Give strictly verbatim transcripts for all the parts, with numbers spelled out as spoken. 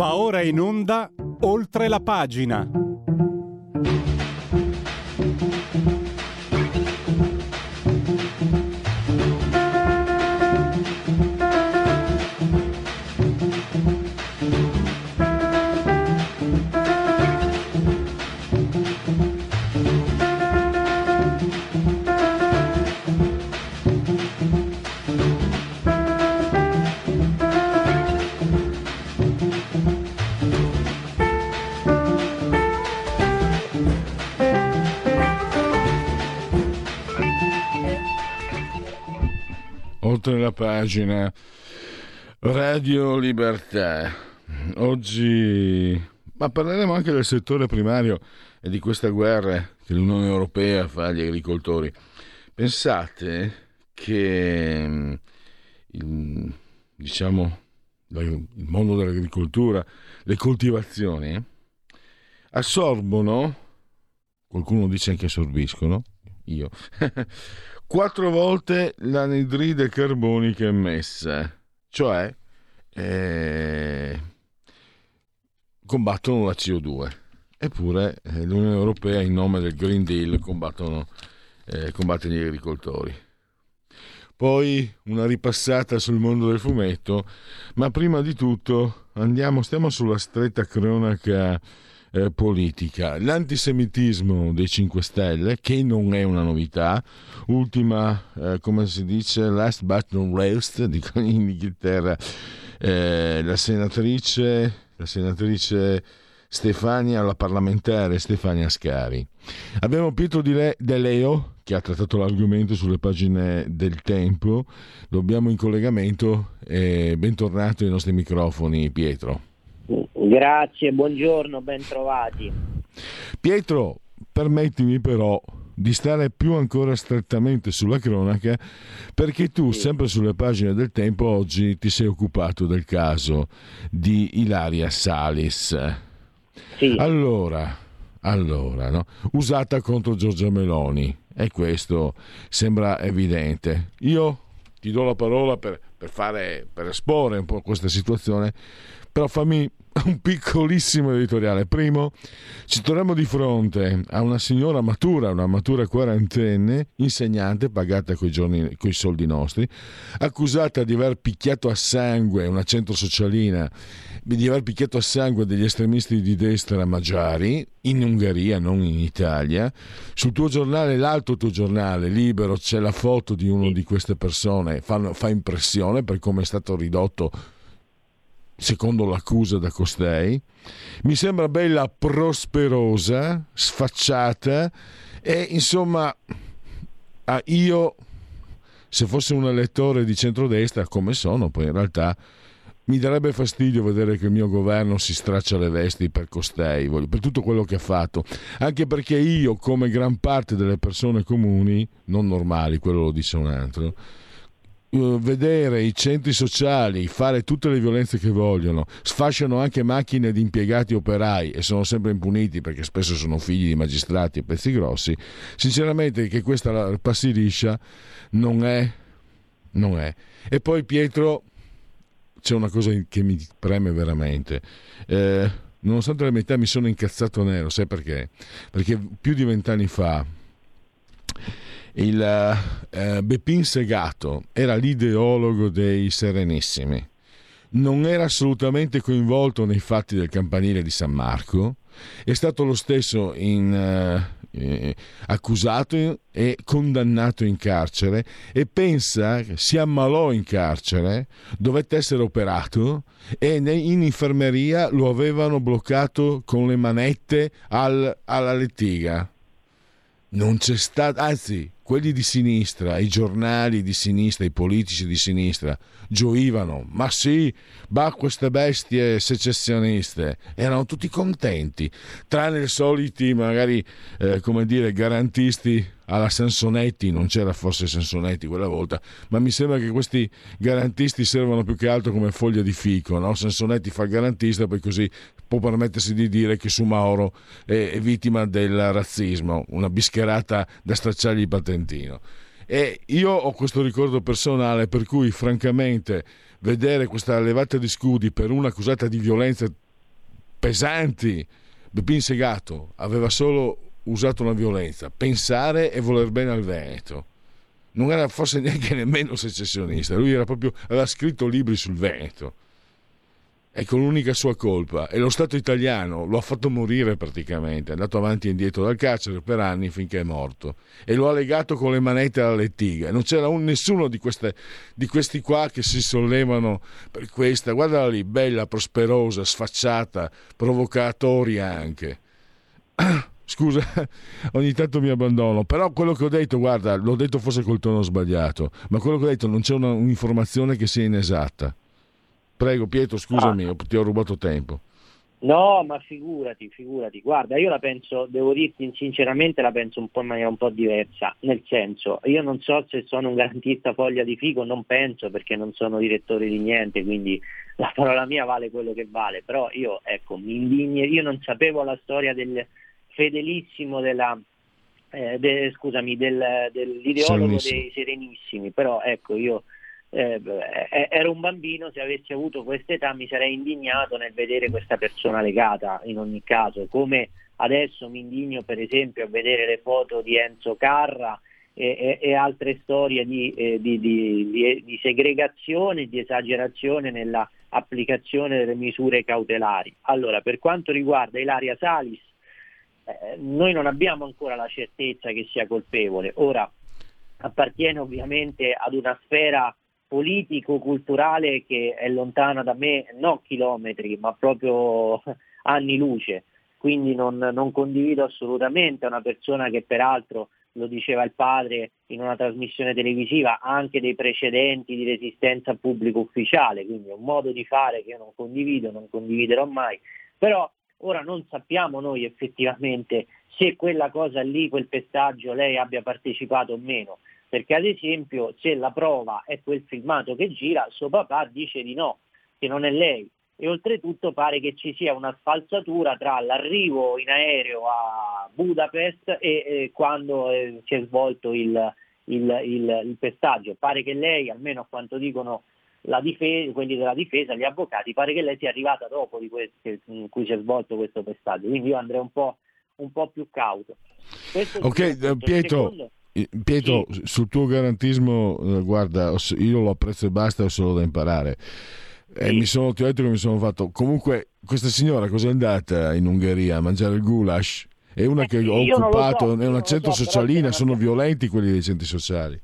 Va ora in onda Oltre la pagina. Oltre la pagina, Radio Libertà. Oggi ma parleremo anche del settore primario e di questa guerra che l'Unione Europea fa agli agricoltori. Pensate che il, diciamo il mondo dell'agricoltura, le coltivazioni assorbono, qualcuno dice anche assorbiscono, io quattro volte l'anidride carbonica emessa, cioè eh, combattono la C O due. Eppure eh, l'Unione Europea, in nome del Green Deal, combattono, eh, combatte gli agricoltori. Poi una ripassata sul mondo del fumetto, ma prima di tutto andiamo, stiamo sulla stretta cronaca Eh, politica. L'antisemitismo dei cinque Stelle, che non è una novità, ultima, eh, come si dice, last but not least, dico in Inghilterra, eh, la senatrice, la senatrice Stefania, la parlamentare Stefania Ascari. Abbiamo Pietro De Leo, che ha trattato l'argomento sulle pagine del Tempo. Lo abbiamo in collegamento e bentornato ai nostri microfoni, Pietro. Grazie, buongiorno, ben trovati. Pietro, permettimi però di stare più ancora strettamente sulla cronaca, perché tu, sì, sempre sulle pagine del Tempo, oggi ti sei occupato del caso di Ilaria Salis. Sì. Allora, allora no? usata contro Giorgia Meloni, e questo sembra evidente. Io ti do la parola per, per fare, per esporre un po' questa situazione, però fammi un piccolissimo editoriale. Primo, ci troviamo di fronte a una signora matura, una matura quarantenne, insegnante, pagata coi giorni, coi soldi nostri, accusata di aver picchiato a sangue una centro socialina, di aver picchiato a sangue degli estremisti di destra magiari, in Ungheria, non in Italia. Sul tuo giornale, l'altro tuo giornale, Libero, c'è la foto di uno di queste persone, fa, fa impressione per come è stato ridotto secondo l'accusa da costei. Mi sembra bella prosperosa, sfacciata, e insomma io, se fossi un elettore di centrodestra, come sono poi in realtà, mi darebbe fastidio vedere che il mio governo si straccia le vesti per costei, per tutto quello che ha fatto, anche perché io, come gran parte delle persone comuni, non normali, quello lo dice un altro, vedere i centri sociali fare tutte le violenze che vogliono, sfasciano anche macchine di impiegati operai e sono sempre impuniti perché spesso sono figli di magistrati e pezzi grossi, sinceramente che questa passi liscia non è, non è. E poi, Pietro, c'è una cosa che mi preme veramente, eh, nonostante la metà mi sono incazzato nero, sai perché? Perché più di vent'anni fa il uh, Beppin Segato era l'ideologo dei Serenissimi, non era assolutamente coinvolto nei fatti del campanile di San Marco, è stato lo stesso in, uh, eh, accusato e condannato in carcere, e pensa che si ammalò in carcere, dovette essere operato e in infermeria lo avevano bloccato con le manette al, alla lettiga. Non c'è stato, anzi, quelli di sinistra, i giornali di sinistra, i politici di sinistra gioivano, ma sì, bah, queste bestie secessioniste, erano tutti contenti, tranne i soliti magari eh, come dire garantisti alla Sansonetti. Non c'era forse Sansonetti quella volta, ma mi sembra che questi garantisti servano più che altro come foglia di fico, no? Sansonetti fa il garantista, poi così può permettersi di dire che su Mauro è, è vittima del razzismo, una bischerata da stracciargli il patentino. E io ho questo ricordo personale, per cui francamente vedere questa levata di scudi per una accusata di violenza pesanti. Beppin Segato aveva solo usato una violenza, pensare e voler bene al Veneto. Non era forse neanche nemmeno secessionista, lui era proprio, aveva scritto libri sul Veneto. E con l'unica sua colpa, e lo Stato italiano lo ha fatto morire praticamente, è andato avanti e indietro dal carcere per anni finché è morto, e lo ha legato con le manette alla lettiga. Non c'era un, nessuno di, queste, di questi qua che si sollevano per questa, guardala lì, bella, prosperosa, sfacciata, provocatoria anche. Scusa, ogni tanto mi abbandono, però quello che ho detto, guarda, l'ho detto forse col tono sbagliato, ma quello che ho detto non c'è una, un'informazione che sia inesatta. Prego Pietro, scusami, ah. ti ho rubato tempo. No, ma figurati, figurati. Guarda, io la penso, devo dirti sinceramente, la penso un po' in maniera un po' diversa. Nel senso, io non so se sono un garantista foglia di fico, non penso, perché non sono direttore di niente, quindi la parola mia vale quello che vale. Però io, ecco, mi indigno, io non sapevo la storia del fedelissimo della... Eh, de, scusami, del, dell'ideologo Serenissimo. Dei Serenissimi, però ecco, io... Eh, ero un bambino, se avessi avuto questa età mi sarei indignato nel vedere questa persona legata, in ogni caso, come adesso mi indigno per esempio a vedere le foto di Enzo Carra e, e, e altre storie di, eh, di, di, di, di segregazione, di esagerazione nella applicazione delle misure cautelari. Allora, per quanto riguarda Ilaria Salis, eh, noi non abbiamo ancora la certezza che sia colpevole. Ora, appartiene ovviamente ad una sfera politico-culturale che è lontana da me, non chilometri, ma proprio anni luce, quindi non, non condivido assolutamente. È una persona che peraltro, lo diceva il padre in una trasmissione televisiva, ha anche dei precedenti di resistenza pubblico ufficiale, quindi è un modo di fare che io non condivido, non condividerò mai. Però ora non sappiamo noi effettivamente se quella cosa lì, quel pestaggio, lei abbia partecipato o meno. Perché ad esempio se la prova è quel filmato che gira, suo papà dice di no, che non è lei, e oltretutto pare che ci sia una sfalsatura tra l'arrivo in aereo a Budapest e eh, quando eh, si è svolto il, il, il, il pestaggio. Pare che lei, almeno a quanto dicono la difesa, quelli della difesa, gli avvocati, pare che lei sia arrivata dopo di questo, in cui si è svolto questo pestaggio, quindi io andrei un po', un po' più cauto. Questo ok, uh, Pietro, secondo... Pietro, sì. Sul tuo garantismo, eh, guarda, io lo apprezzo e basta, ho solo da imparare. E sì. mi sono, ti ho detto che mi sono fatto. Comunque, questa signora cos'è andata in Ungheria a mangiare il goulash? È una eh, che ho occupato, so, è una centro so, socialina, sono abbiamo... violenti quelli dei centri sociali.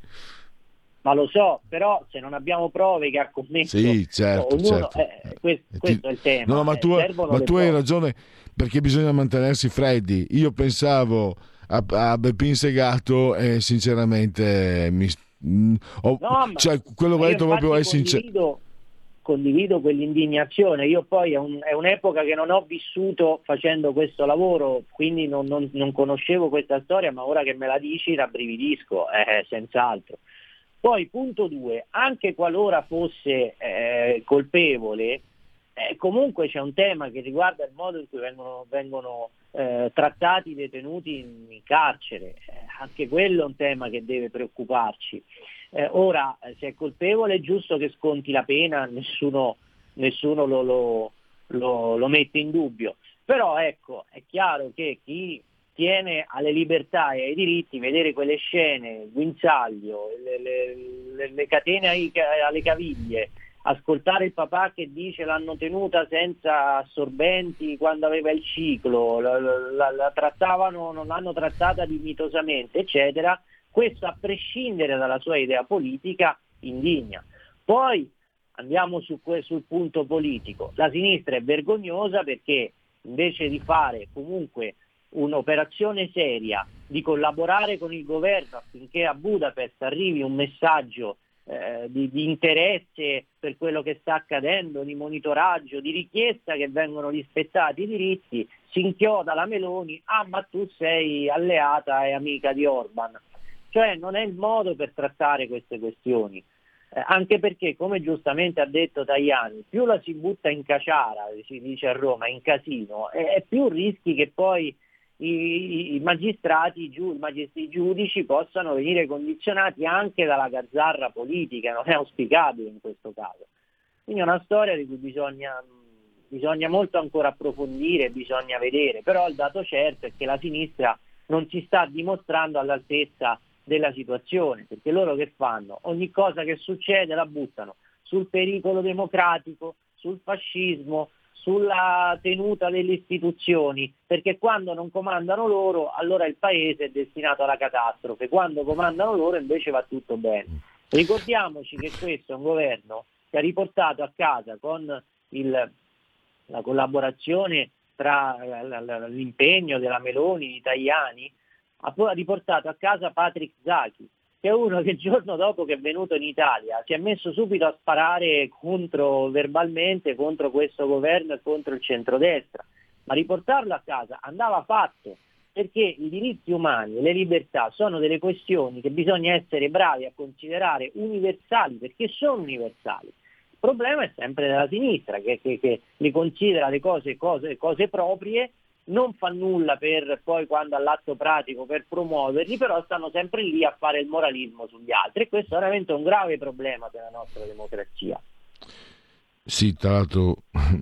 Ma lo so, però se non abbiamo prove che ha commesso, sì, certo, ognuno, certo. Eh, questo, questo ti... è il tema. No, ma tu, eh, ma tu hai ragione, perché bisogna mantenersi freddi. Io pensavo a, a Beppin Segato e sinceramente mi, mh, ho, no, cioè, quello che ho detto proprio è sincero. Condivido, condivido quell'indignazione. Io poi è, un, è un'epoca che non ho vissuto facendo questo lavoro, quindi non, non, non conoscevo questa storia, ma ora che me la dici rabbrividisco, eh, senz'altro. Poi punto due, anche qualora fosse eh, colpevole, eh, comunque c'è un tema che riguarda il modo in cui vengono, vengono eh, trattati i detenuti in, in carcere, eh, anche quello è un tema che deve preoccuparci. Eh, ora, se è colpevole è giusto che sconti la pena, nessuno, nessuno lo, lo, lo, lo mette in dubbio, però ecco, è chiaro che chi tiene alle libertà e ai diritti, vedere quelle scene, il guinzaglio, le, le, le, le catene ai, alle caviglie, ascoltare il papà che dice l'hanno tenuta senza assorbenti quando aveva il ciclo, la, la, la trattavano, non l'hanno trattata dignitosamente, eccetera, questo a prescindere dalla sua idea politica indigna. Poi andiamo su, sul punto politico. La sinistra è vergognosa perché invece di fare comunque un'operazione seria, di collaborare con il governo affinché a Budapest arrivi un messaggio eh, di, di interesse per quello che sta accadendo, di monitoraggio, di richiesta che vengono rispettati i diritti, si inchioda la Meloni, ah ma tu sei alleata e amica di Orban. Cioè non è il modo per trattare queste questioni, eh, anche perché, come giustamente ha detto Tajani, più la si butta in caciara, si dice a Roma, in casino, e eh, più rischi che poi i, i magistrati, i, giu, i giudici possano venire condizionati anche dalla gazzarra politica, non è auspicabile in questo caso. Quindi è una storia di cui bisogna bisogna molto ancora approfondire, bisogna vedere, però il dato certo è che la sinistra non si sta dimostrando all'altezza della situazione, perché loro che fanno? Ogni cosa che succede la buttano sul pericolo democratico, sul fascismo, sulla tenuta delle istituzioni, perché quando non comandano loro allora il paese è destinato alla catastrofe, quando comandano loro invece va tutto bene. Ricordiamoci che questo è un governo che ha riportato a casa con il, la collaborazione tra l'impegno della Meloni, di Tajani, ha riportato a casa Patrick Zaki, che è uno che il giorno dopo che è venuto in Italia si è messo subito a sparare contro, verbalmente contro questo governo e contro il centrodestra, ma riportarlo a casa andava fatto, perché i diritti umani e le libertà sono delle questioni che bisogna essere bravi a considerare universali, perché sono universali. Il problema è sempre della sinistra, che, che, che li considera le cose, cose, cose proprie, non fa nulla per poi quando all'atto pratico per promuoverli, però stanno sempre lì a fare il moralismo sugli altri, e questo è veramente un grave problema per la nostra democrazia. Sì, tra l'altro,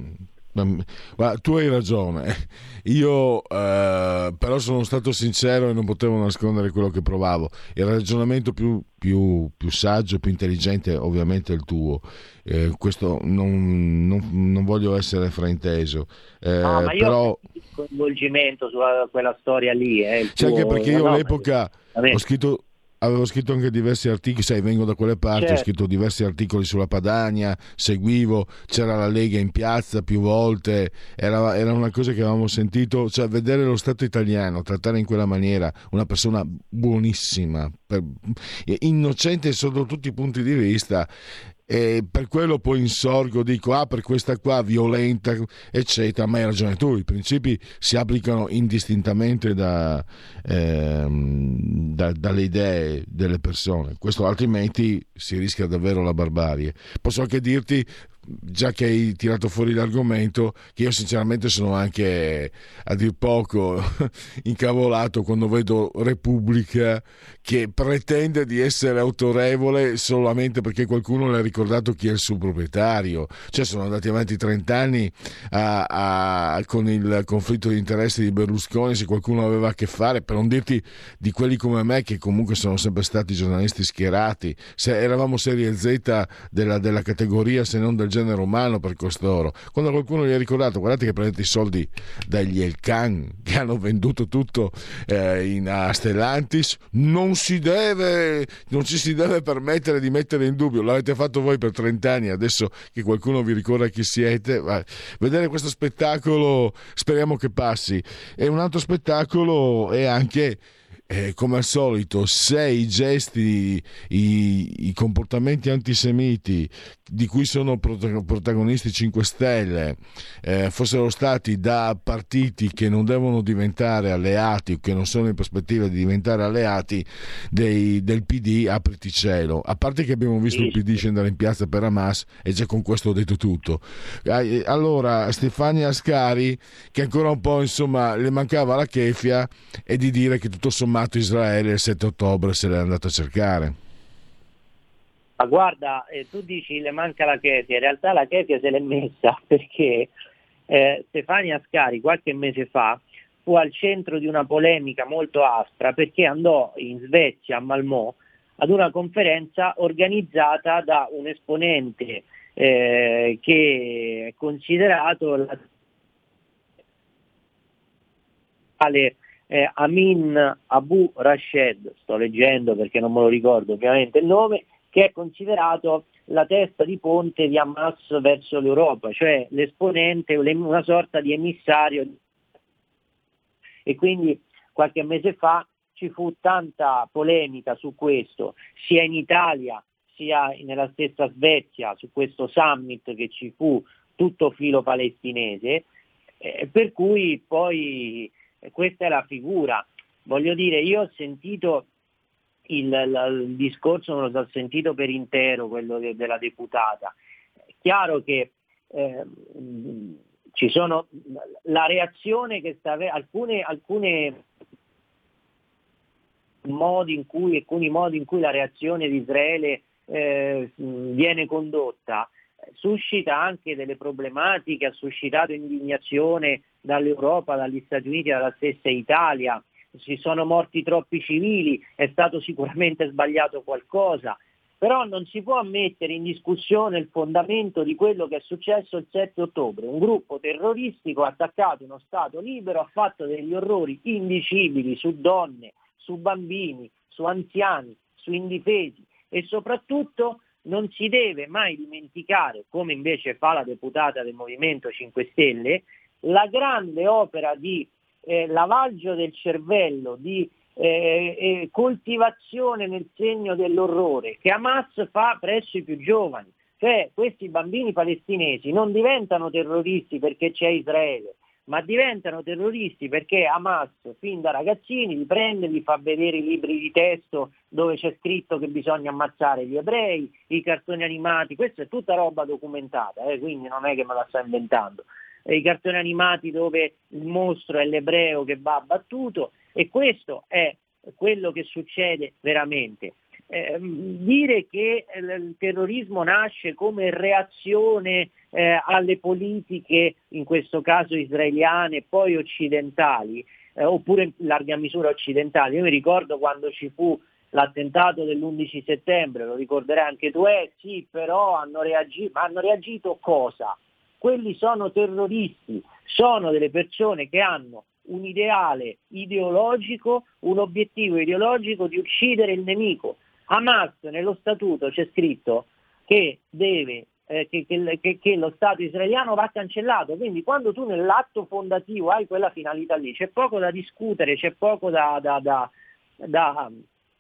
ma tu hai ragione, io eh, però sono stato sincero e non potevo nascondere quello che provavo. Il ragionamento più, più, più saggio, più intelligente ovviamente è il tuo, eh, questo non, non, non voglio essere frainteso, eh, no, ma io però ho il coinvolgimento su quella storia lì, eh, il c'è tuo... anche perché io no, all'epoca ma... ho scritto, avevo scritto anche diversi articoli, sai, vengo da quelle parti, certo. Ho scritto diversi articoli sulla Padania, seguivo, c'era la Lega in piazza più volte, era, era una cosa che avevamo sentito, cioè vedere lo Stato italiano trattare in quella maniera una persona buonissima, per, innocente sotto tutti i punti di vista, e per quello poi insorgo, dico ah per questa qua violenta eccetera, ma hai ragione tu, i principi si applicano indistintamente da, ehm, da, dalle idee delle persone, questo altrimenti si rischia davvero la barbarie. Posso anche dirti, già che hai tirato fuori l'argomento, che io sinceramente sono anche a dir poco incavolato quando vedo Repubblica che pretende di essere autorevole solamente perché qualcuno le ha ricordato chi è il suo proprietario, cioè sono andati avanti trent'anni a, a, con il conflitto di interessi di Berlusconi, se qualcuno aveva a che fare, per non dirti di quelli come me che comunque sono sempre stati giornalisti schierati, se eravamo serie Z della, della categoria, se non del genere umano per costoro. Quando qualcuno gli ha ricordato guardate che prendete i soldi dagli Elkan che hanno venduto tutto eh, in, a Stellantis, non si deve non ci si deve permettere di mettere in dubbio, l'avete fatto voi per trent'anni, adesso che qualcuno vi ricorda chi siete, vai. Vedere questo spettacolo speriamo che passi. E un altro spettacolo è anche Eh, come al solito, se i gesti, i, i comportamenti antisemiti di cui sono protagonisti cinque Stelle eh, fossero stati da partiti che non devono diventare alleati o che non sono in prospettiva di diventare alleati dei, del P D, apriti cielo. A parte che abbiamo visto il P D scendere in piazza per Hamas e già con questo ho detto tutto. Allora Stefania Ascari, che ancora un po' insomma le mancava la chefia e di dire che tutto sommato Israele il sette ottobre se l'è andato a cercare. Ma guarda, eh, tu dici le manca la chefia, in realtà la chefia se l'è messa perché eh, Stefania Ascari qualche mese fa fu al centro di una polemica molto aspra perché andò in Svezia, a Malmö, ad una conferenza organizzata da un esponente eh, che è considerato la Eh, Amin Abu Rashed, sto leggendo perché non me lo ricordo ovviamente il nome, che è considerato la testa di ponte di Hamas verso l'Europa, cioè l'esponente, una sorta di emissario. E quindi qualche mese fa ci fu tanta polemica su questo, sia in Italia sia nella stessa Svezia, su questo summit che ci fu tutto filo palestinese, eh, per cui poi questa è la figura. Voglio dire, io ho sentito il, il, il discorso, non l'ho sentito per intero, quello de, della deputata. È chiaro che eh, ci sono la reazione che sta avendo alcune, alcune modi in cui, alcuni modi in cui la reazione di Israele eh, viene condotta suscita anche delle problematiche, ha suscitato indignazione dall'Europa, dagli Stati Uniti, dalla stessa Italia. Si sono morti troppi civili, è stato sicuramente sbagliato qualcosa, però non si può mettere in discussione il fondamento di quello che è successo il sette ottobre. Un gruppo terroristico ha attaccato uno Stato libero, ha fatto degli orrori indicibili su donne, su bambini, su anziani, su indifesi, e soprattutto non si deve mai dimenticare, come invece fa la deputata del Movimento cinque Stelle, la grande opera di eh, lavaggio del cervello, di eh, eh, coltivazione nel segno dell'orrore che Hamas fa presso i più giovani. Cioè, questi bambini palestinesi non diventano terroristi perché c'è Israele, ma diventano terroristi perché Hamas fin da ragazzini li prende, li fa vedere i libri di testo dove c'è scritto che bisogna ammazzare gli ebrei, i cartoni animati, questa è tutta roba documentata, eh, quindi non è che me la sto inventando, e i cartoni animati dove il mostro è l'ebreo che va abbattuto, e questo è quello che succede veramente. Eh, dire che il terrorismo nasce come reazione eh, alle politiche, in questo caso israeliane e poi occidentali, eh, oppure in larga misura occidentali. Io mi ricordo quando ci fu l'attentato dell'undici settembre, lo ricorderai anche tu, eh sì, però hanno reagito, ma hanno reagito cosa? Quelli sono terroristi, sono delle persone che hanno un ideale ideologico, un obiettivo ideologico di uccidere il nemico. Hamas, nello statuto c'è scritto che deve eh, che, che, che lo Stato israeliano va cancellato, quindi quando tu nell'atto fondativo hai quella finalità lì c'è poco da discutere, c'è poco da, da, da, da,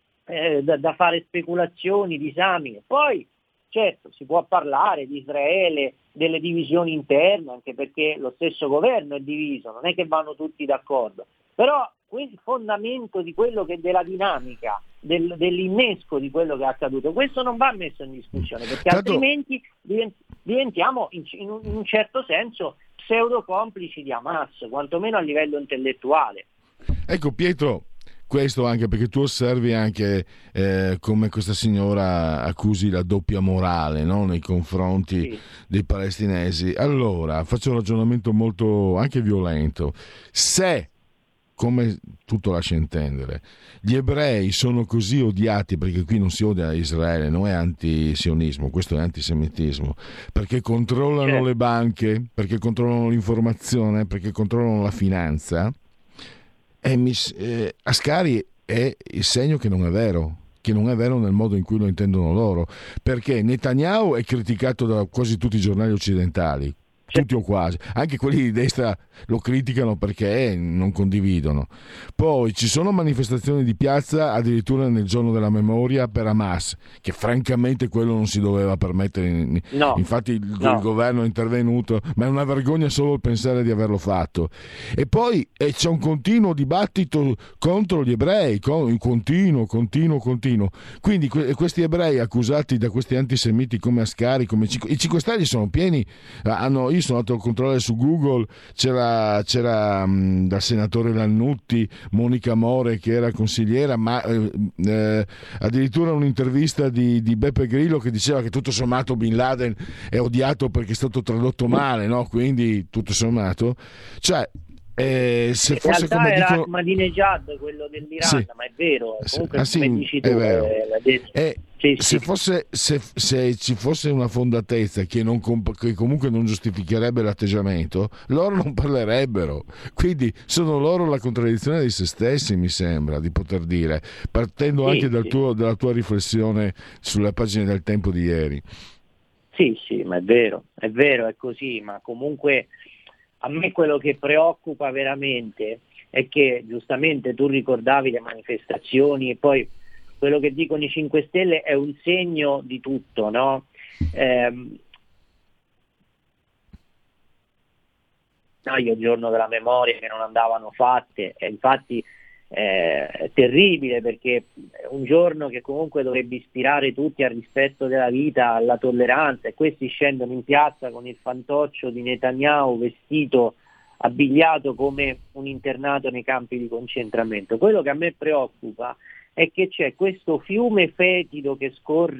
eh, da, da fare speculazioni, disamine. Poi certo si può parlare di Israele, delle divisioni interne, anche perché lo stesso governo è diviso, non è che vanno tutti d'accordo, però quel fondamento di quello che della dinamica, del, dell'innesco di quello che è accaduto, questo non va messo in discussione, perché Tanto... altrimenti diventiamo in, in un certo senso pseudo complici di Hamas, quantomeno a livello intellettuale. Ecco Pietro, questo anche perché tu osservi anche eh, come questa signora accusi la doppia morale, no? Nei confronti sì. dei palestinesi. Allora, faccio un ragionamento molto anche violento. Se, come tutto lascia intendere, gli ebrei sono così odiati, perché qui non si odia Israele, non è antisionismo, questo è antisemitismo, perché controllano certo. le banche, perché controllano l'informazione, perché controllano la finanza, e mi, eh, Ascari è il segno che non è vero, che non è vero nel modo in cui lo intendono loro, perché Netanyahu è criticato da quasi tutti i giornali occidentali, tutti o quasi, anche quelli di destra lo criticano perché non condividono. Poi ci sono manifestazioni di piazza addirittura nel giorno della memoria per Hamas, che francamente quello non si doveva permettere, no, infatti il, no. il governo è intervenuto, ma è una vergogna solo il pensare di averlo fatto. E poi e c'è un continuo dibattito contro gli ebrei, con, continuo, continuo, continuo. Quindi que- questi ebrei accusati da questi antisemiti come Ascari, come i cinque Stelle sono pieni, hanno sono andato a controllare su Google, c'era, c'era mh, dal senatore Lannutti, Monica More che era consigliera, ma eh, eh, addirittura un'intervista di, di Beppe Grillo che diceva che tutto sommato Bin Laden è odiato perché è stato tradotto male, no? Quindi tutto sommato, cioè eh, se in fosse come era dicono Ahmadinejad quello dell'Iran, sì. ma è vero, comunque ah, sì, come dici tu, è vero. Eh, eh, sì, se, sì. Fosse, se, se ci fosse una fondatezza che, non, che comunque non giustificherebbe l'atteggiamento, loro non parlerebbero, quindi sono loro la contraddizione di se stessi, mi sembra di poter dire, partendo sì, anche dal sì. tuo, dalla tua riflessione sulle pagine del Tempo di ieri. Sì, sì, ma è vero, è vero, è così, ma comunque a me quello che preoccupa veramente è che giustamente tu ricordavi le manifestazioni e poi quello che dicono i cinque Stelle è un segno di tutto, no? Ehm, no, io il giorno della memoria che non andavano fatte, e infatti eh, è terribile perché è un giorno che comunque dovrebbe ispirare tutti al rispetto della vita, alla tolleranza, e questi scendono in piazza con il fantoccio di Netanyahu vestito, abbigliato come un internato nei campi di concentramento. Quello che a me preoccupa è che c'è questo fiume fetido che scorre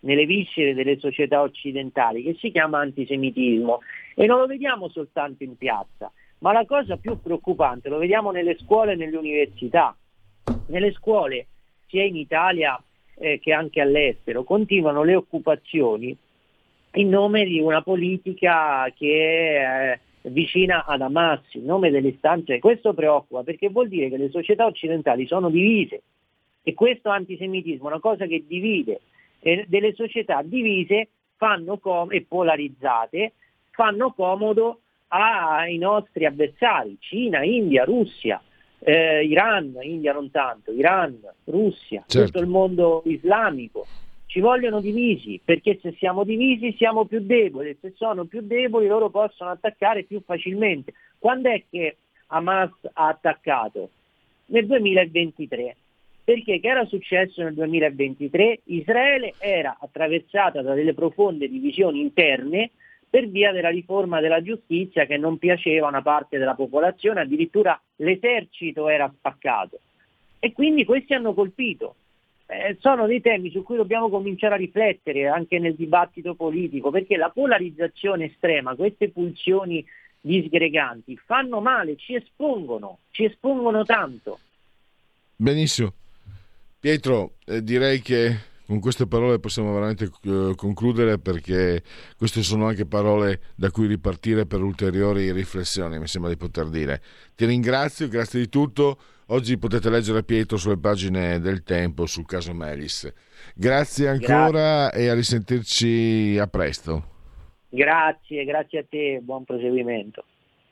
nelle viscere delle società occidentali, che si chiama antisemitismo, e non lo vediamo soltanto in piazza, ma la cosa più preoccupante lo vediamo nelle scuole e nelle università. Nelle scuole, sia in Italia eh, che anche all'estero, continuano le occupazioni in nome di una politica che è eh, vicina ad Hamas, in nome delle istanze. Questo preoccupa, perché vuol dire che le società occidentali sono divise, e questo antisemitismo è una cosa che divide, e delle società divise fanno com- e polarizzate fanno comodo ai nostri avversari, Cina, India, Russia, eh, Iran, India non tanto, Iran, Russia, certo. Tutto il mondo islamico. Ci vogliono divisi, perché se siamo divisi siamo più deboli, e se sono più deboli loro possono attaccare più facilmente. Quando è che Hamas ha attaccato? Nel duemilaventitré. Perché che era successo nel duemilaventitré? Israele era attraversata da delle profonde divisioni interne per via della riforma della giustizia che non piaceva a una parte della popolazione, addirittura l'esercito era spaccato. E quindi questi hanno colpito. Eh, sono dei temi su cui dobbiamo cominciare a riflettere anche nel dibattito politico, perché la polarizzazione estrema, queste pulsioni disgreganti fanno male, ci espongono, ci espongono tanto. Benissimo. Pietro, eh, direi che con queste parole possiamo veramente eh, concludere, perché queste sono anche parole da cui ripartire per ulteriori riflessioni, mi sembra di poter dire. Ti ringrazio, grazie di tutto. Oggi potete leggere Pietro sulle pagine del Tempo sul caso Melis. Grazie ancora. Grazie. E a risentirci a presto. Grazie, grazie a te, buon proseguimento.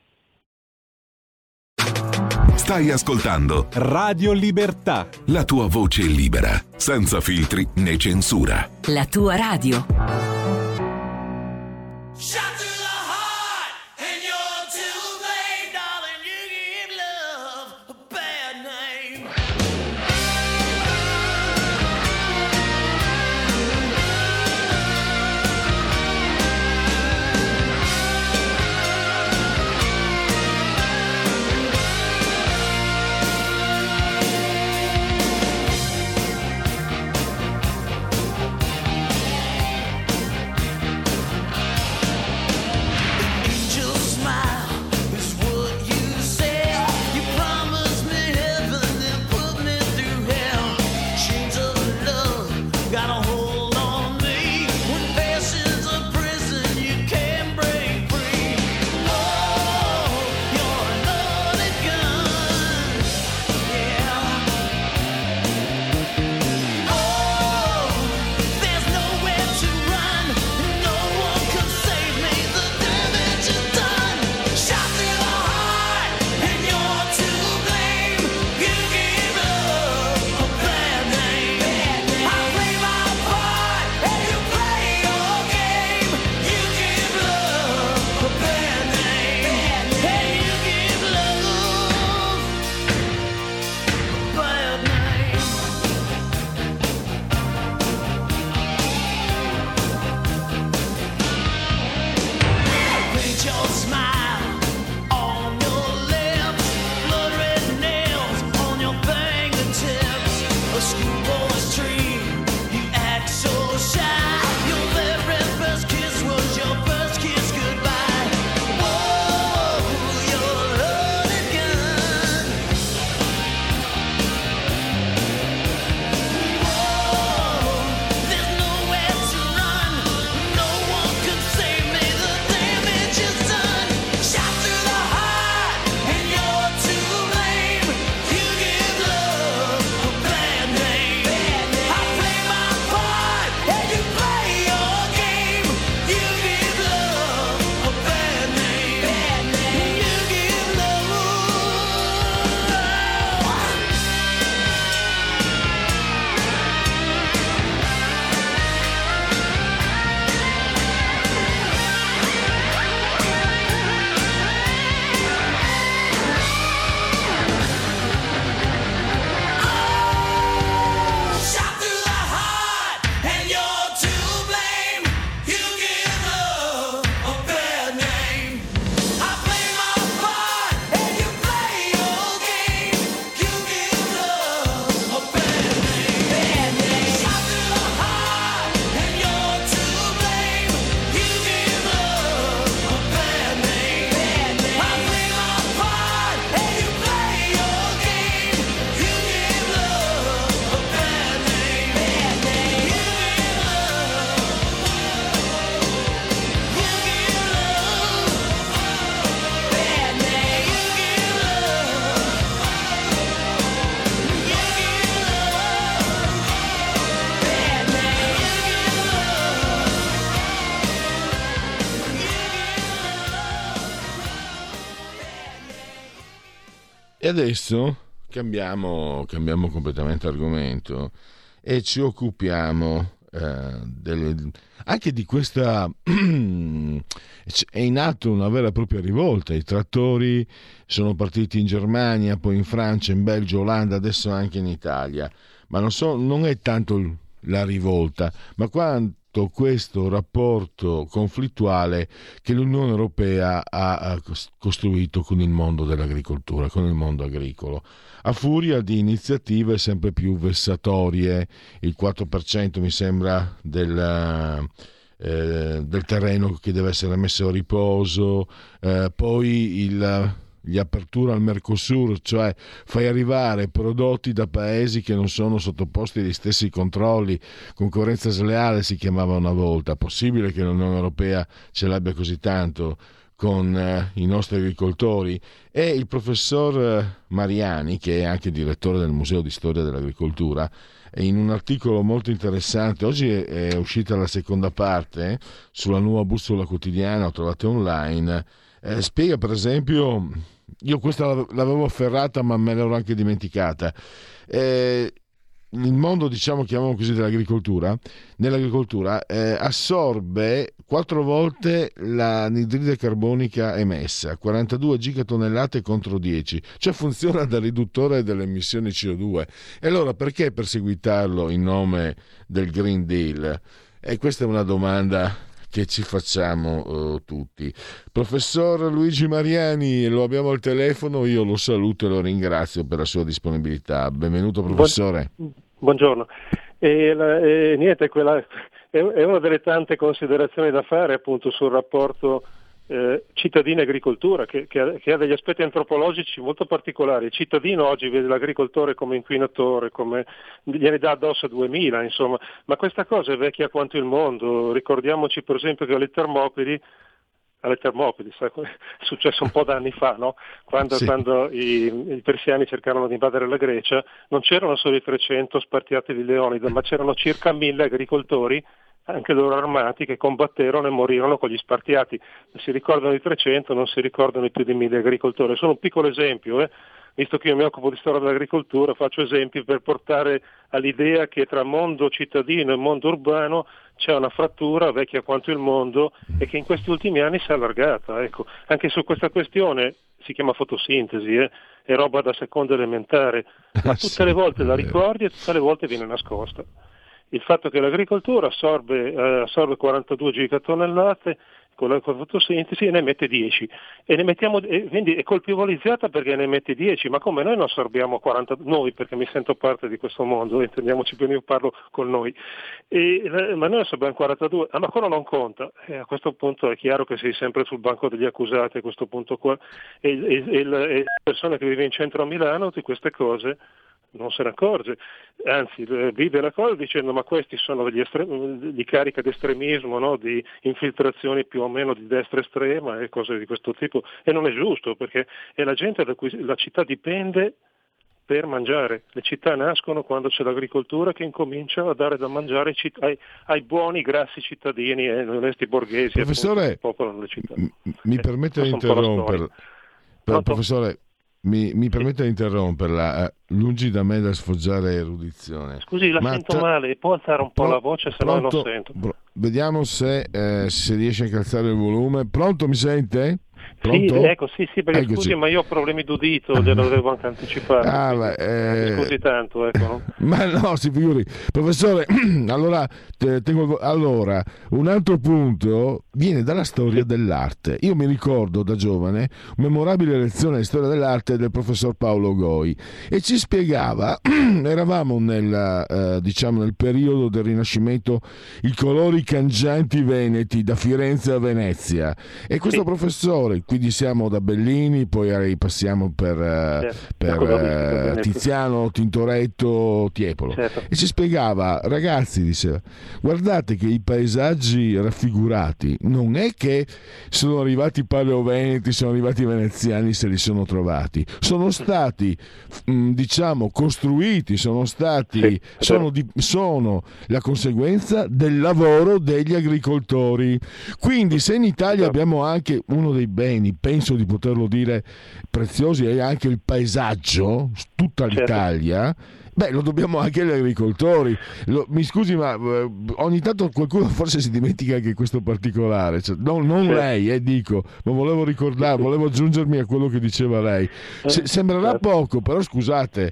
Stai ascoltando Radio Libertà, la tua voce libera, senza filtri né censura. La tua radio. adesso cambiamo, cambiamo completamente argomento e ci occupiamo eh, delle, anche di questa è in atto una vera e propria rivolta. I trattori sono partiti in Germania, poi in Francia, in Belgio, Olanda, adesso anche in Italia, ma non, so, non è tanto la rivolta, ma quanto questo rapporto conflittuale che l'Unione Europea ha costruito con il mondo dell'agricoltura, con il mondo agricolo, a furia di iniziative sempre più vessatorie. Il quattro per cento mi sembra del, eh, del terreno che deve essere messo a riposo, eh, poi il gli apertura al Mercosur, cioè fai arrivare prodotti da paesi che non sono sottoposti agli stessi controlli, concorrenza sleale si chiamava una volta. Possibile che l'Unione Europea ce l'abbia così tanto con eh, i nostri agricoltori? E il professor Mariani, che è anche direttore del Museo di Storia dell'Agricoltura, in un articolo molto interessante, oggi è, è uscita la seconda parte eh, sulla nuova bussola quotidiana, lo trovate online. Eh, spiega per esempio, io questa l'avevo afferrata ma me l'ero anche dimenticata, eh, il mondo, diciamo, chiamiamo così, dell'agricoltura, nell'agricoltura eh, assorbe quattro volte l'anidride carbonica emessa, quarantadue gigatonnellate contro dieci, cioè funziona da riduttore delle emissioni C O due. E allora perché perseguitarlo in nome del Green Deal? E questa è una domanda che ci facciamo uh, tutti. Professor Luigi Mariani, lo abbiamo al telefono, io lo saluto e lo ringrazio per la sua disponibilità. Benvenuto professore. Buongiorno. E, la, e niente, quella è, è una delle tante considerazioni da fare appunto sul rapporto eh, cittadino-agricoltura che, che, ha, che ha degli aspetti antropologici molto particolari. Il cittadino oggi vede l'agricoltore come inquinatore, come gliene dà addosso a duemila, insomma, ma questa cosa è vecchia quanto il mondo. Ricordiamoci per esempio che alle Termopili alle Termopili, è successo un po' d'anni fa, no? Quando, sì. quando i, i persiani cercarono di invadere la Grecia, non c'erano solo i trecento spartiati di Leonida, ma c'erano circa mille agricoltori, anche loro armati, che combatterono e morirono con gli spartiati. Si ricordano i trecento, non si ricordano i più di mille agricoltori. Sono un piccolo esempio, eh? Visto che io mi occupo di storia dell'agricoltura, faccio esempi per portare all'idea che tra mondo cittadino e mondo urbano c'è una frattura vecchia quanto il mondo e che in questi ultimi anni si è allargata. Ecco. Anche su questa questione si chiama fotosintesi, eh? È roba da seconda elementare, ma tutte le volte la ricordi e tutte le volte viene nascosta. Il fatto che l'agricoltura assorbe, eh, assorbe quarantadue gigatonnellate con la fotosintesi e ne emette dieci, e ne mettiamo, e quindi è colpevolizzata perché ne emette dieci, ma come noi non assorbiamo quaranta, noi, perché mi sento parte di questo mondo, intendiamoci bene, io parlo con noi, e, ma noi assorbiamo quarantadue, ah, ma quello non conta, e a questo punto è chiaro che sei sempre sul banco degli accusati a questo punto qua, e, e, e la e persona che vive in centro a Milano di queste cose non se ne accorge, anzi vive la cosa dicendo ma questi sono degli estremi, di carica di estremismo, no? Di infiltrazioni più o meno di destra estrema e cose di questo tipo, e non è giusto perché è la gente da cui la città dipende per mangiare. Le città nascono quando c'è l'agricoltura che incomincia a dare da mangiare ai, ai buoni grassi cittadini e ai onesti borghesi. Professore, che popolano le città. M- mi eh, permette di interrompere, professore, mi, mi permette di interromperla, eh, lungi da me da sfoggiare erudizione. Scusi, la Ma sento tra... male, può alzare un po' Pro... la voce, se no non sento. Pro... Vediamo se, eh, se riesce a calzare il volume. Pronto, mi sente? Pronto? Sì, ecco, sì, sì, perché Eccoci. Scusi, ma io ho problemi d'udito, glielo devo anche anticipare. Ah, beh, eh... Scusi tanto, ecco. No? Ma no, si figuri. Professore, allora, te, tengo... allora, un altro punto viene dalla storia dell'arte. Io mi ricordo da giovane una memorabile lezione di storia dell'arte del professor Paolo Goi e ci spiegava, eravamo nel, eh, diciamo, nel periodo del Rinascimento, i colori cangianti veneti da Firenze a Venezia, e questo sì. professore, quindi siamo da Bellini, poi passiamo per, certo. per uh, Tiziano, Tintoretto, Tiepolo, certo. e ci spiegava, ragazzi, diceva, guardate che i paesaggi raffigurati non è che sono arrivati i paleoveneti, sono arrivati i veneziani, se li sono trovati, sono stati mh, diciamo costruiti, sono stati sì, sono, di, sono la conseguenza del lavoro degli agricoltori. Quindi se in Italia abbiamo anche uno dei beni terreni, penso di poterlo dire, preziosi, e anche il paesaggio, tutta l'Italia, beh, lo dobbiamo anche agli agricoltori. Lo, mi scusi, ma eh, ogni tanto qualcuno forse si dimentica anche questo particolare. Cioè, no, non certo. lei, eh, dico, ma volevo ricordare, volevo aggiungermi a quello che diceva lei. Se, sembrerà certo. poco, però scusate,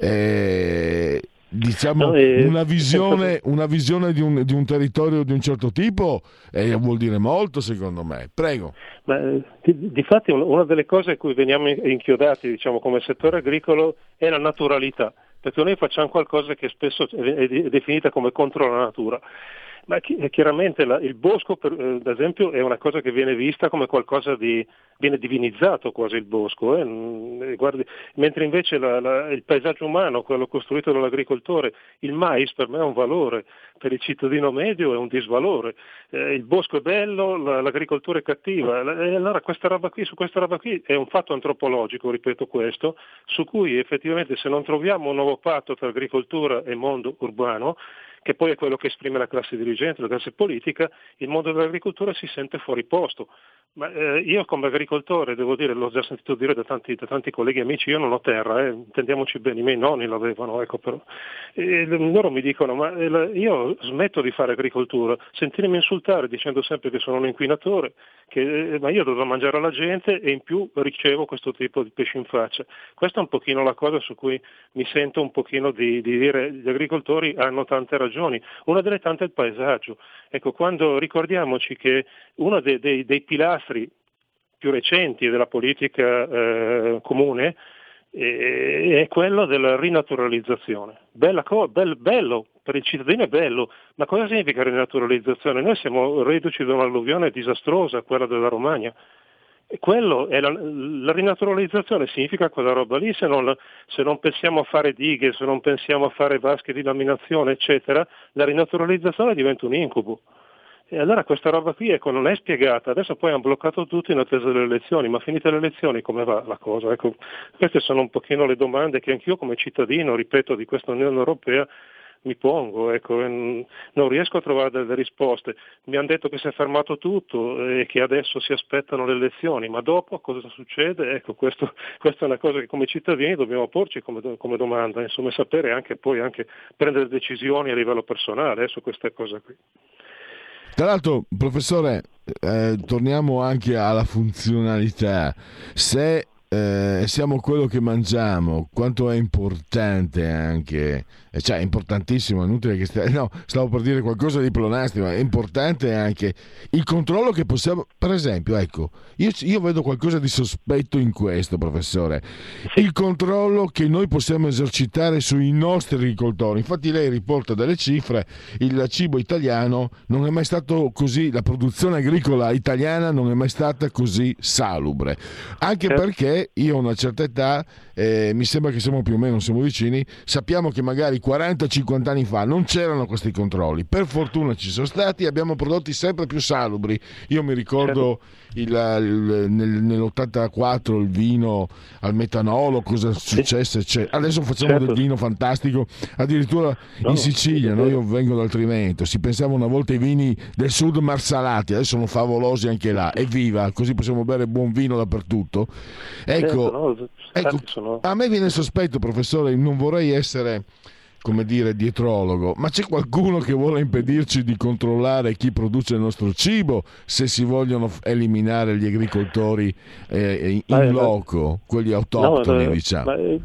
eh, diciamo no, eh, una visione, una visione di un, di un territorio di un certo tipo eh, vuol dire molto, secondo me. Prego. Ma, di, difatti una delle cose a cui veniamo inchiodati, diciamo, come settore agricolo è la naturalità, perché noi facciamo qualcosa che spesso è definita come contro la natura. Ma chiaramente la, il bosco, per, eh, ad esempio, è una cosa che viene vista come qualcosa di, viene divinizzato quasi il bosco, eh? Guardi, mentre invece la, la, il paesaggio umano, quello costruito dall'agricoltore, il mais per me è un valore, per il cittadino medio è un disvalore, eh, il bosco è bello, la, l'agricoltura è cattiva, e allora questa roba qui, su questa roba qui è un fatto antropologico, ripeto questo, su cui effettivamente se non troviamo un nuovo patto tra agricoltura e mondo urbano, che poi è quello che esprime la classe dirigente, la classe politica, il mondo dell'agricoltura si sente fuori posto. Ma eh, io come agricoltore, devo dire, l'ho già sentito dire da tanti, da tanti colleghi e amici, io non ho terra, eh, intendiamoci bene, i miei nonni l'avevano, ecco, però. E loro mi dicono, ma eh, io smetto di fare agricoltura, sentirmi insultare dicendo sempre che sono un inquinatore, che, eh, ma io dovrò mangiare alla gente e in più ricevo questo tipo di pesci in faccia. Questa è un pochino la cosa su cui mi sento un pochino di, di dire gli agricoltori hanno tante ragioni. Una delle tante è il paesaggio. Ecco, quando ricordiamoci che uno dei, dei, dei pilastri più recenti della politica eh, comune eh, è quello della rinaturalizzazione. Bella co- bel, bello, per il cittadino è bello, ma cosa significa rinaturalizzazione? Noi siamo reduci da un'alluvione disastrosa, quella della Romagna. E quello è la, la rinaturalizzazione significa quella roba lì, se non, se non pensiamo a fare dighe, se non pensiamo a fare vasche di laminazione, eccetera, la rinaturalizzazione diventa un incubo. E allora questa roba qui, ecco, non è spiegata. Adesso poi hanno bloccato tutto in attesa delle elezioni, ma finite le elezioni come va la cosa? Ecco, queste sono un pochino le domande che anch'io come cittadino, ripeto, di questa Unione Europea mi pongo, ecco, non riesco a trovare delle risposte. Mi hanno detto che si è fermato tutto e che adesso si aspettano le elezioni, ma dopo cosa succede? Ecco, questo, questa è una cosa che come cittadini dobbiamo porci come, come domanda, insomma, sapere anche poi anche prendere decisioni a livello personale eh, su queste cose qui. Tra l'altro, professore, eh, torniamo anche alla funzionalità. Se eh, siamo quello che mangiamo, quanto è importante anche, cioè è importantissimo, è inutile che stia, no, stavo per dire qualcosa di pleonastico, ma è importante anche il controllo che possiamo, per esempio, ecco, io, io vedo qualcosa di sospetto in questo, professore, il controllo che noi possiamo esercitare sui nostri agricoltori. Infatti lei riporta delle cifre, il cibo italiano non è mai stato così, la produzione agricola italiana non è mai stata così salubre, anche perché io ho una certa età, eh, mi sembra che siamo più o meno, siamo vicini, sappiamo che magari quaranta cinquanta anni fa non c'erano questi controlli, per fortuna ci sono stati, abbiamo prodotti sempre più salubri. Io mi ricordo il, il, nel, nell'ottantaquattro il vino al metanolo, cosa successe, c'è. Adesso facciamo certo. del vino fantastico, addirittura no, in Sicilia, no? Io vengo dal Trivento, si pensava una volta ai vini del sud marsalati, adesso sono favolosi anche là, evviva, così possiamo bere buon vino dappertutto. Ecco, no, ecco, sono... a me viene sospetto, professore, non vorrei essere, come dire, dietrologo, ma c'è qualcuno che vuole impedirci di controllare chi produce il nostro cibo se si vogliono eliminare gli agricoltori eh, in ma, loco, quelli autoctoni, no, diciamo. Ma, i,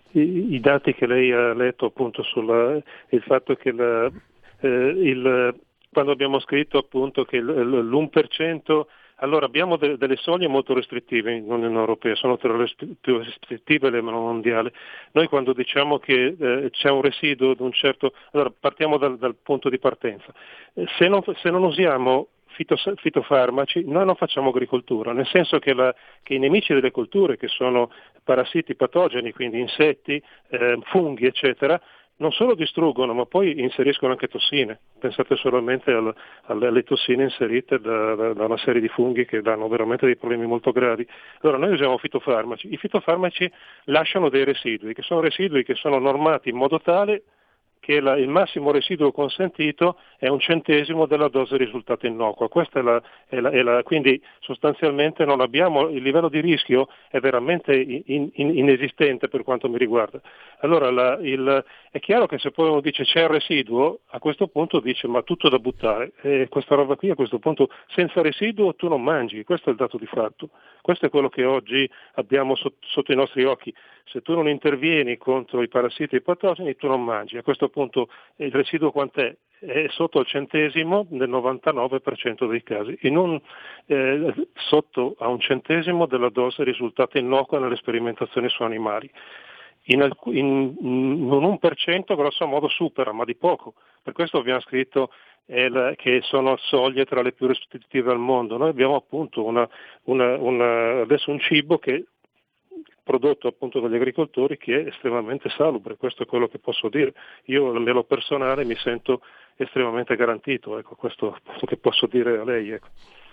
I dati che lei ha letto appunto sul il fatto che la, eh, il, quando abbiamo scritto appunto che l'uno per cento. Allora abbiamo de- delle soglie molto restrittive in Unione Europea, sono tra le più restrittive a livello mondiale. Noi quando diciamo che eh, c'è un residuo di un certo... Allora partiamo dal, dal punto di partenza. Eh, se, non, se non usiamo fitos- fitofarmaci noi non facciamo agricoltura, nel senso che, la, che i nemici delle colture, che sono parassiti patogeni, quindi insetti, eh, funghi, eccetera, non solo distruggono, ma poi inseriscono anche tossine. Pensate solamente al, alle tossine inserite da, da, da una serie di funghi che danno veramente dei problemi molto gravi. Allora noi usiamo fitofarmaci. I fitofarmaci lasciano dei residui, che sono residui che sono normati in modo tale che la, il massimo residuo consentito è un centesimo della dose risultata innocua. Questa è la, è la, è la, quindi sostanzialmente non abbiamo, il livello di rischio è veramente in, in, inesistente per quanto mi riguarda. Allora la, il, è chiaro che se poi uno dice c'è il residuo, a questo punto dice ma tutto da buttare, e questa roba qui a questo punto senza residuo tu non mangi, questo è il dato di fatto. Questo è quello che oggi abbiamo sotto, sotto i nostri occhi. Se tu non intervieni contro i parassiti e i patogeni, tu non mangi. A questo punto il residuo quant'è? È sotto il centesimo nel novantanove per cento dei casi, e non eh, sotto a un centesimo della dose risultata innocua nelle sperimentazioni su animali. In, alc- in, in un uno per cento grosso modo supera, ma di poco. Per questo abbiamo scritto eh, che sono soglie tra le più restrittive al mondo. Noi abbiamo appunto una, una, una, adesso un cibo che prodotto appunto dagli agricoltori che è estremamente salubre, questo è quello che posso dire. Io a livello personale mi sento estremamente garantito, ecco, questo è che posso dire a lei. Ecco.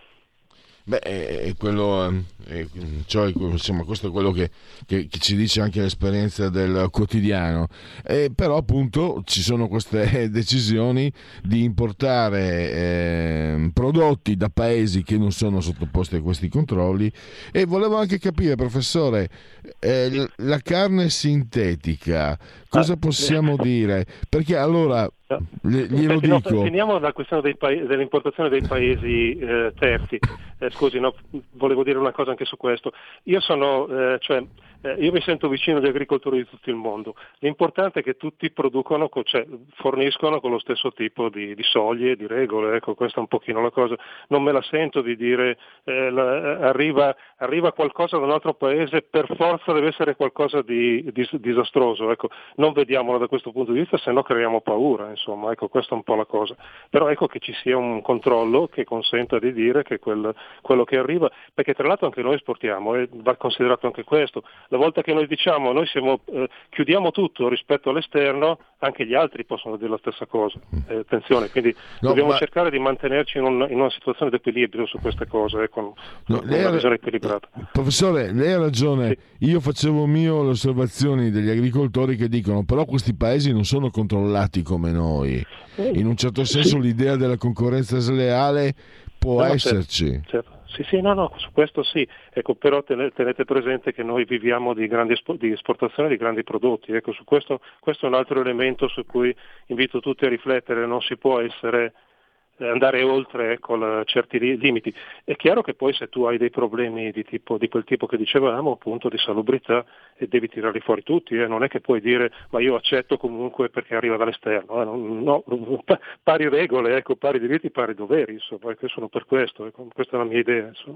Beh, è quello, è, cioè, insomma, questo è quello che, che, che ci dice anche l'esperienza del quotidiano. Eh, però appunto ci sono queste decisioni di importare eh, prodotti da paesi che non sono sottoposti a questi controlli. E volevo anche capire, professore, eh, la carne sintetica, cosa possiamo dire? Perché allora Le, glielo Senti, no, dico. finiamo la questione dei pa- dell'importazione dei paesi eh, terzi. Eh, scusi, no, volevo dire una cosa anche su questo. Io sono, eh, cioè, eh, io mi sento vicino agli agricoltori di tutto il mondo. L'importante è che tutti producono, cioè forniscono con lo stesso tipo di, di soglie, di regole. Ecco, questa è un pochino la cosa. Non me la sento di dire eh, la, arriva, arriva qualcosa da un altro paese, per forza deve essere qualcosa di, di disastroso. Ecco, non vediamolo da questo punto di vista, se no creiamo paura. Insomma, ecco, questa è un po' la cosa. Però ecco che ci sia un controllo che consenta di dire che quel, quello che arriva, perché tra l'altro anche noi esportiamo, e va considerato anche questo. La volta che noi diciamo noi siamo, eh, chiudiamo tutto rispetto all'esterno, anche gli altri possono dire la stessa cosa. Eh, attenzione, quindi no, dobbiamo ma... cercare di mantenerci in, un, in una situazione di equilibrio su queste cose, eh, con, no, con una visione equilibrata. Professore, lei ha ragione. Sì. Io facevo mio le osservazioni degli agricoltori che dicono però questi paesi non sono controllati come noi. In un certo senso sì. L'idea della concorrenza sleale può no, esserci. Certo, certo. Sì, sì, no, no, su questo sì. Ecco, però tenete presente che noi viviamo di grandi espo- di esportazione di grandi prodotti. Ecco, su questo, questo è un altro elemento su cui invito tutti a riflettere. Non si può essere andare oltre con certi limiti. È chiaro che poi se tu hai dei problemi di, tipo, di quel tipo che dicevamo, appunto di salubrità, e devi tirarli fuori tutti, eh. Non è che puoi dire ma io accetto comunque perché arriva dall'esterno, eh. no, no, pari regole, ecco, pari diritti, pari doveri, insomma, che sono per questo, ecco. Questa è la mia idea, insomma.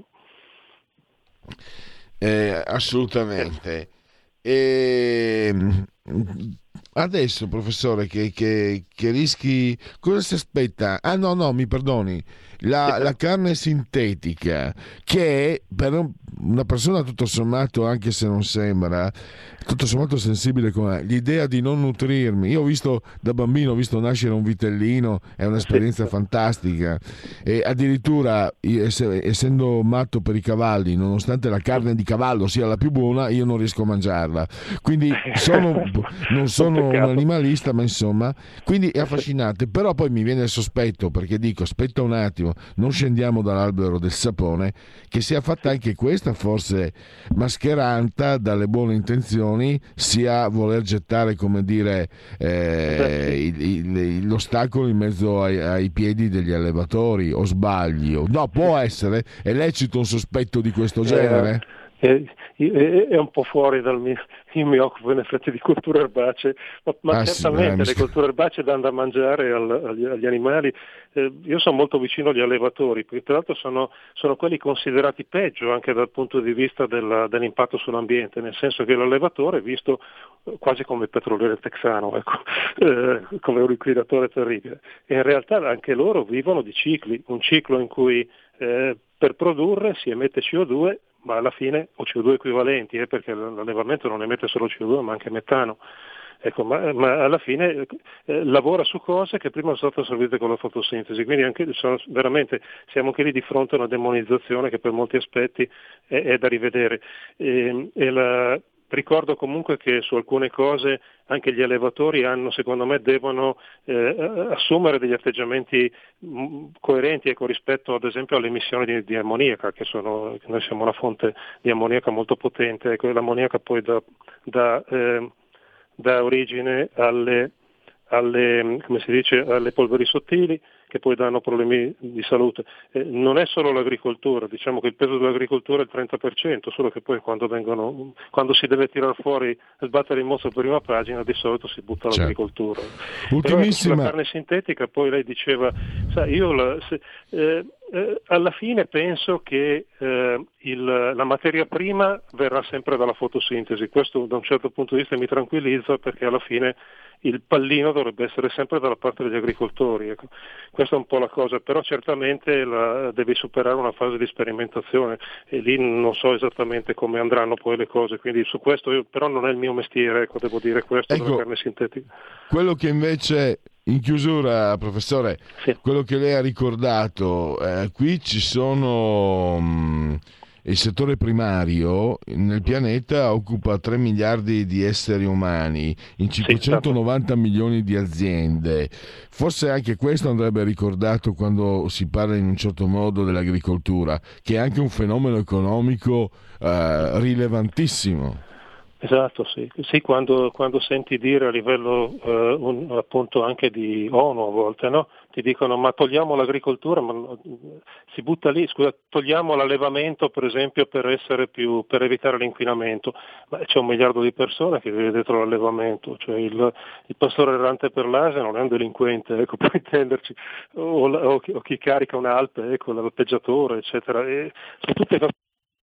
Eh, assolutamente. E adesso, professore, che, che, che rischi, cosa si aspetta? Ah no, no, mi perdoni, la, la carne sintetica, che è per una persona tutto sommato, anche se non sembra, tutto sommato sensibile come l'idea di non nutrirmi. Io ho visto da bambino, ho visto nascere un vitellino, è un'esperienza fantastica, e addirittura essendo matto per i cavalli, nonostante la carne di cavallo sia la più buona, io non riesco a mangiarla, quindi sono, non sono un animalista, ma insomma, quindi è affascinante. Però poi mi viene il sospetto, perché dico aspetta un attimo, non scendiamo dall'albero del sapone, che sia fatta anche questa forse mascheranta dalle buone intenzioni, sia voler gettare, come dire, eh, il, il, l'ostacolo in mezzo ai, ai piedi degli allevatori, o sbaglio? No, può essere, è lecito un sospetto di questo genere? È, è, è un po' fuori dal mio, io mi occupo in effetti di culture erbacee, ma, ma ah, certamente sì, le culture erbacee danno da mangiare al, agli, agli animali. Eh, io sono molto vicino agli allevatori, perché tra l'altro sono, sono quelli considerati peggio anche dal punto di vista della, dell'impatto sull'ambiente, nel senso che l'allevatore è visto quasi come il petroliere texano, ecco, eh, come un inquinatore terribile. E in realtà anche loro vivono di cicli, un ciclo in cui eh, per produrre si emette C O due, ma alla fine o C O due equivalenti, eh, perché l'allevamento non emette solo C O due ma anche metano. Ecco, ma, ma alla fine eh, lavora su cose che prima sono state assorbite con la fotosintesi, quindi anche sono, veramente siamo anche lì di fronte a una demonizzazione che per molti aspetti è, è da rivedere. E, e la, ricordo comunque che su alcune cose anche gli allevatori hanno, secondo me, devono eh, assumere degli atteggiamenti mh, coerenti, ecco, rispetto ad esempio alle emissioni di, di ammoniaca, che sono, noi siamo una fonte di ammoniaca molto potente, ecco, l'ammoniaca poi dà, dà, eh, dà origine alle, alle, come si dice, alle polveri sottili, che poi danno problemi di salute. Eh, non è solo l'agricoltura, diciamo che il peso dell'agricoltura è il trenta per cento, solo che poi quando, vengono, quando si deve tirar fuori e sbattere il mostro per prima pagina, di solito si butta certo. l'agricoltura. Ultimissima. Però, la carne sintetica, poi lei diceva, sai, io la, se, eh, eh, alla fine penso che eh, il, la materia prima verrà sempre dalla fotosintesi, questo da un certo punto di vista mi tranquillizza, perché alla fine il pallino dovrebbe essere sempre dalla parte degli agricoltori, ecco. Questa è un po' la cosa, però certamente la, devi superare una fase di sperimentazione e lì non so esattamente come andranno poi le cose, quindi su questo io, però non è il mio mestiere, ecco, devo dire questo, ecco, della carne sintetica. Quello che invece, in chiusura, professore, sì. quello che lei ha ricordato, eh, qui ci sono... Mh, il settore primario nel pianeta occupa tre miliardi di esseri umani in cinquecentonovanta sì, milioni di aziende. Forse anche questo andrebbe ricordato quando si parla in un certo modo dell'agricoltura, che è anche un fenomeno economico eh, rilevantissimo. Esatto, sì, sì quando, quando senti dire a livello eh, un, appunto anche di ONU a volte, no? Ti dicono ma togliamo l'agricoltura, ma si butta lì, scusa, togliamo l'allevamento per esempio per essere più, per evitare l'inquinamento, ma c'è un miliardo di persone che vive dietro l'allevamento, cioè il, il pastore errante per l'Asia non è un delinquente, ecco, può intenderci, o, o, o chi carica un'Alpe, ecco, l'alpeggiatore, eccetera, e sono tutte cose.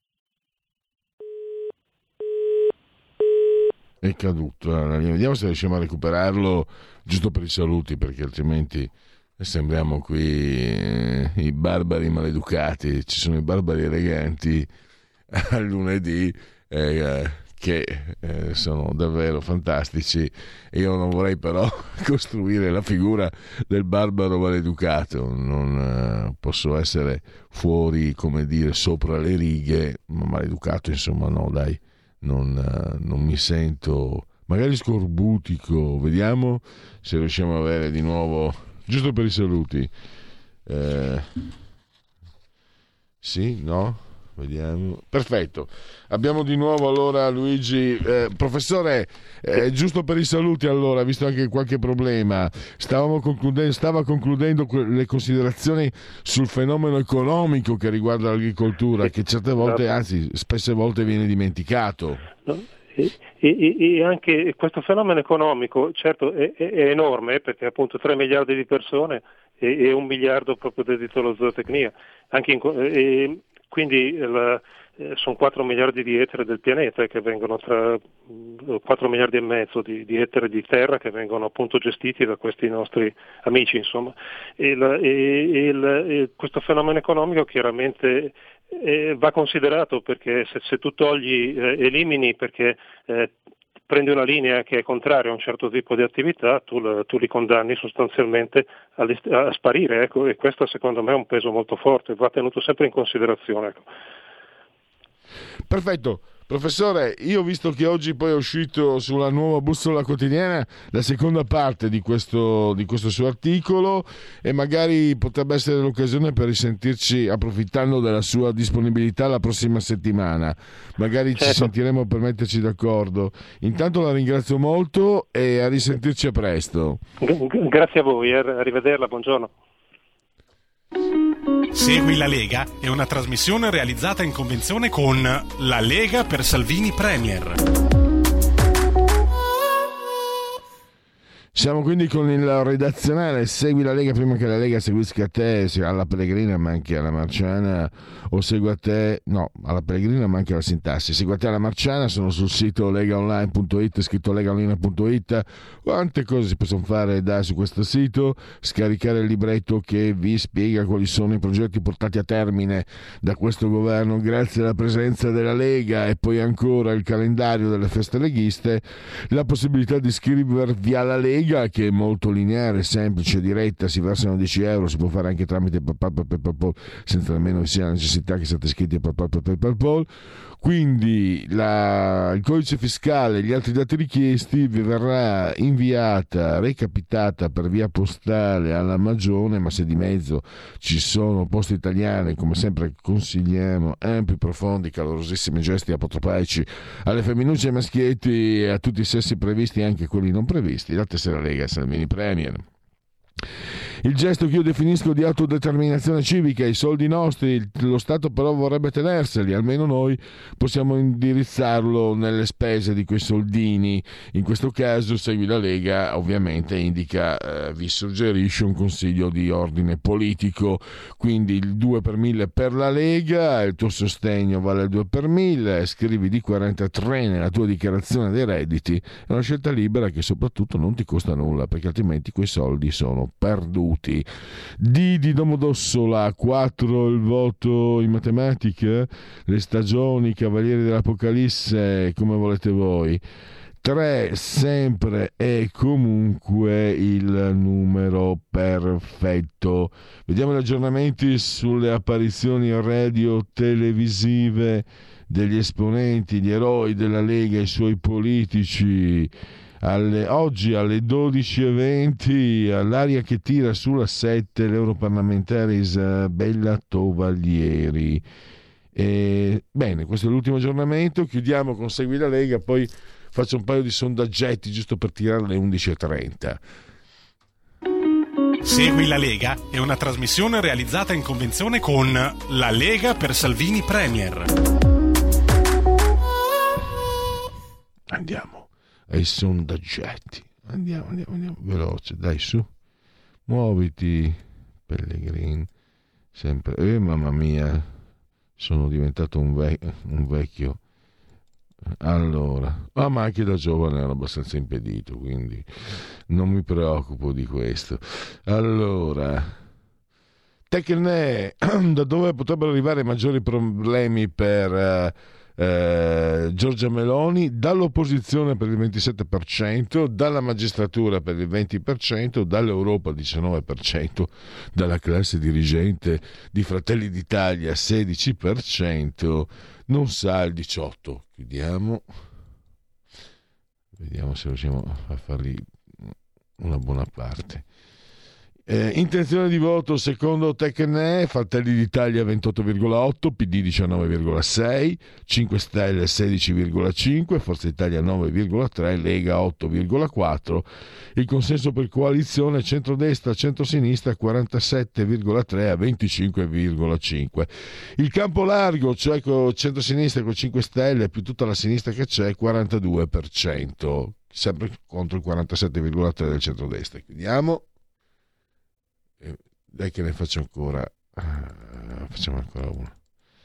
È caduto, vediamo se riusciamo a recuperarlo giusto per i saluti, perché altrimenti sembriamo qui eh, i barbari maleducati. Ci sono i barbari eleganti al lunedì eh, che eh, sono davvero fantastici, e io non vorrei però costruire la figura del barbaro maleducato, non eh, posso essere fuori, come dire, sopra le righe, ma maleducato insomma no, dai. Non, non mi sento, magari scorbutico. Vediamo se riusciamo a avere di nuovo, giusto per i saluti. Eh, sì, no? Vediamo. Perfetto. Abbiamo di nuovo allora Luigi. Eh, professore, eh, giusto per i saluti allora, visto anche qualche problema, stavamo concludendo, stava concludendo le considerazioni sul fenomeno economico che riguarda l'agricoltura, che certe volte, anzi spesse volte viene dimenticato. No? E, e, e anche questo fenomeno economico, certo, è, è, è enorme, perché appunto tre miliardi di persone e, e un miliardo proprio dedito alla zootecnia. Anche in, e, quindi la, eh, sono quattro miliardi di ettari del pianeta che vengono tra quattro miliardi e mezzo di, di ettari di terra che vengono appunto gestiti da questi nostri amici, insomma. E, la, e, e, la, e questo fenomeno economico chiaramente eh, va considerato, perché se, se tu togli, eh, elimini perché eh, prendi una linea che è contraria a un certo tipo di attività, tu, tu li condanni sostanzialmente a, a sparire, ecco, e questo secondo me è un peso molto forte, va tenuto sempre in considerazione. Ecco. Perfetto. Professore, io visto che oggi poi è uscito sulla Nuova Bussola Quotidiana la seconda parte di questo, di questo suo articolo, e magari potrebbe essere l'occasione per risentirci, approfittando della sua disponibilità, la prossima settimana. Magari certo. Ci sentiremo per metterci d'accordo. Intanto la ringrazio molto e a risentirci a presto. Grazie a voi, arrivederla, buongiorno. Segui la Lega è una trasmissione realizzata in convenzione con La Lega per Salvini Premier. Siamo quindi con il redazionale Segui la Lega prima che la Lega seguisca te, alla Pellegrina ma anche alla Marciana, o segua te, no, alla Pellegrina ma anche alla Sintassi. Segua te alla Marciana, sono sul sito legaonline punto it, scritto legaonline punto it. Quante cose si possono fare da su questo sito? Scaricare il libretto che vi spiega quali sono i progetti portati a termine da questo governo grazie alla presenza della Lega, e poi ancora il calendario delle feste leghiste, la possibilità di iscrivervi alla Lega Lega, che è molto lineare, semplice, diretta, si versano dieci euro, si può fare anche tramite PayPal, PayPal, senza nemmeno vi sia la necessità che siate iscritti a PayPal, PayPal. Quindi la, il codice fiscale e gli altri dati richiesti vi verrà inviata, recapitata per via postale alla Magione, ma se di mezzo ci sono Poste Italiane, come sempre consigliamo ampi, profondi, calorosissimi gesti apotropaici alle femminucce, ai maschietti e a tutti i sessi previsti e anche quelli non previsti. La tessera Lega Salvini Premier. Il gesto che io definisco di autodeterminazione civica, i soldi nostri, lo Stato però vorrebbe tenerseli, almeno noi possiamo indirizzarlo nelle spese di quei soldini. In questo caso Segui la Lega ovviamente indica, eh, vi suggerisce un consiglio di ordine politico, quindi il due per mille per la Lega, il tuo sostegno vale il due per mille, scrivi D quarantatré nella tua dichiarazione dei redditi, è una scelta libera che soprattutto non ti costa nulla, perché altrimenti quei soldi sono perduti. D di Domodossola, quattro il voto in matematica, le stagioni, Cavalieri dell'Apocalisse, come volete voi. tre sempre e comunque il numero perfetto. Vediamo gli aggiornamenti sulle apparizioni radio televisive degli esponenti, gli eroi della Lega e i suoi politici. Alle, oggi alle dodici e venti all'aria che tira sulla sette l'europarlamentare Isabella Tovaglieri. E, bene, questo è l'ultimo aggiornamento, chiudiamo con Segui la Lega, poi faccio un paio di sondaggetti giusto per tirare alle undici e trenta. Segui la Lega è una trasmissione realizzata in convenzione con La Lega per Salvini Premier. Andiamo ai sondaggetti, andiamo, andiamo, andiamo, veloce, dai, su, muoviti, Pellegrin, sempre, eh mamma mia, sono diventato un, ve- un vecchio, allora, ah, ma anche da giovane ero abbastanza impedito, quindi non mi preoccupo di questo. Allora, Tecne, da dove potrebbero arrivare maggiori problemi per... Uh, Eh, Giorgia Meloni? Dall'opposizione per il ventisette per cento, dalla magistratura per il venti per cento, dall'Europa il diciannove per cento, dalla classe dirigente di Fratelli d'Italia sedici per cento, non sa il diciotto per cento. Chiudiamo, vediamo se riusciamo a fargli una buona parte. Eh, intenzione di voto secondo Tecne, Fratelli d'Italia ventotto virgola otto, P D diciannove virgola sei, cinque Stelle sedici virgola cinque, Forza Italia nove virgola tre, Lega otto virgola quattro. Il consenso per coalizione centrodestra centrosinistra quarantasette virgola tre a venticinque virgola cinque. Il campo largo, cioè con centrosinistra con cinque Stelle più tutta la sinistra che c'è, quarantadue per cento, sempre contro il quarantasette virgola tre del centrodestra. Chiudiamo. Dai che ne faccio ancora, uh, facciamo ancora una.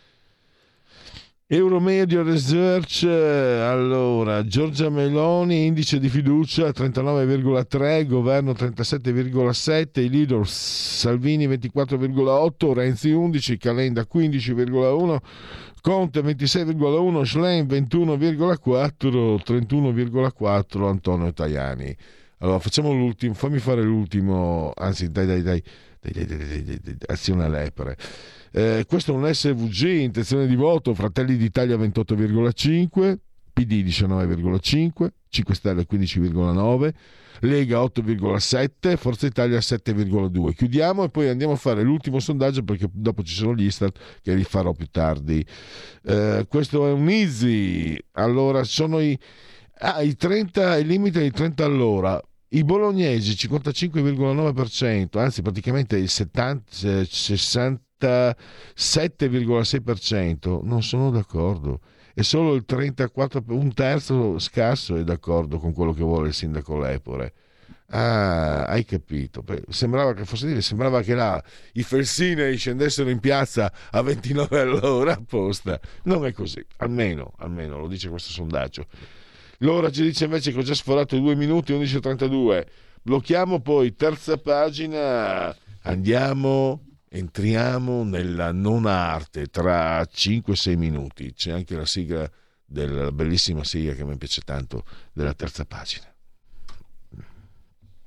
Euromedia Research, allora Giorgia Meloni indice di fiducia trentanove virgola tre, governo trentasette virgola sette, i leader Salvini ventiquattro virgola otto, Renzi undici, Calenda quindici virgola uno, Conte ventisei virgola uno, Schlein ventuno virgola quattro, trentuno virgola quattro Antonio Tajani. Allora facciamo l'ultimo, fammi fare l'ultimo, anzi dai dai dai Dei, dei, dei, dei, dei, azione alle lepre. Eh, questo è un S V G, intenzione di voto, Fratelli d'Italia ventotto virgola cinque, P D diciannove virgola cinque, cinque Stelle quindici virgola nove, Lega otto virgola sette, Forza Italia sette virgola due. Chiudiamo e poi andiamo a fare l'ultimo sondaggio, perché dopo ci sono gli Istat che li farò più tardi. Eh, questo è un easy, allora sono i, ah, i trenta, il limite di trenta all'ora. I bolognesi cinquantacinque virgola nove per cento, anzi praticamente il settanta, sessantasette virgola sei per cento non sono d'accordo, e solo il trentaquattro, un terzo scarso è d'accordo con quello che vuole il sindaco Lepore. Ah, hai capito? Sembrava che fosse dire, sembrava che là i felsinei scendessero in piazza a ventinove all'ora apposta. Non è così, almeno, almeno lo dice questo sondaggio. L'ora ci dice invece che ho già sforato due minuti, undici e trentadue. Blocchiamo poi, terza pagina, andiamo, entriamo nella non arte tra cinque sei minuti. C'è anche la sigla, della bellissima sigla che mi piace tanto, della terza pagina.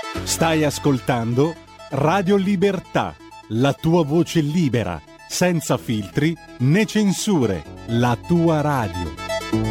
Stai ascoltando Radio Libertà, la tua voce libera, senza filtri né censure, la tua radio.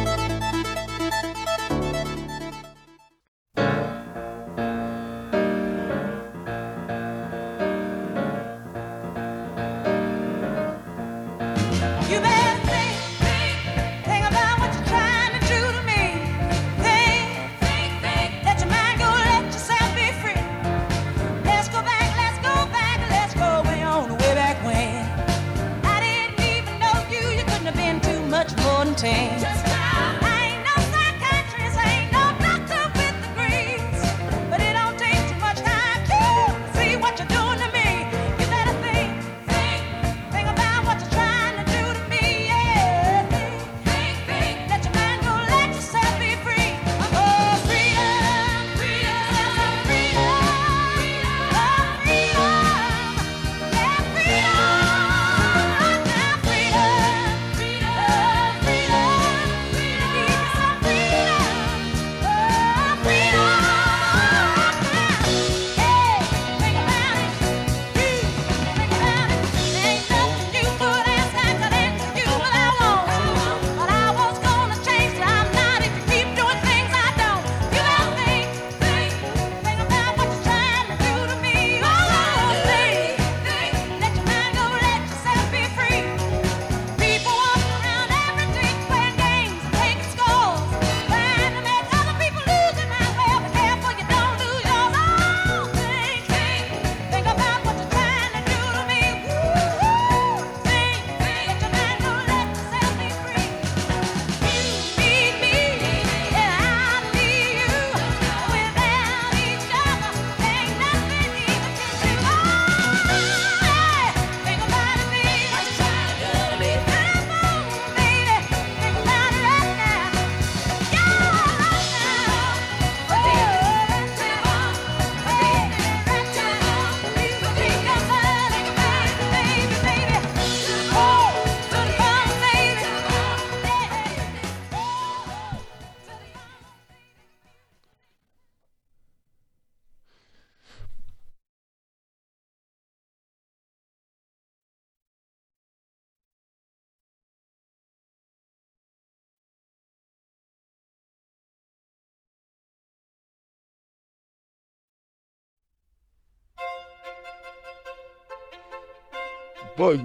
Poi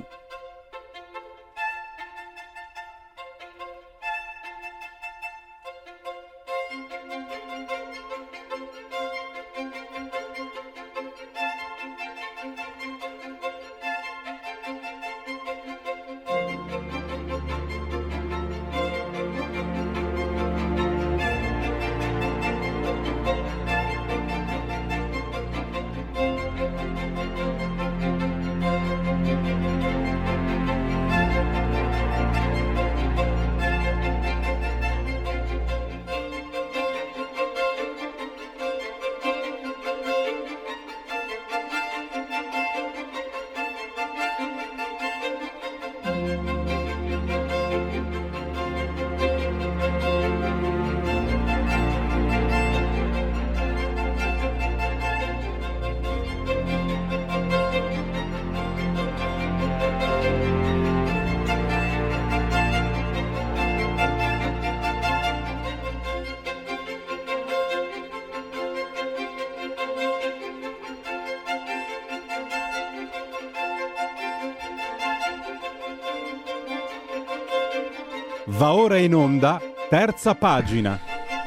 Va ora in onda, terza pagina.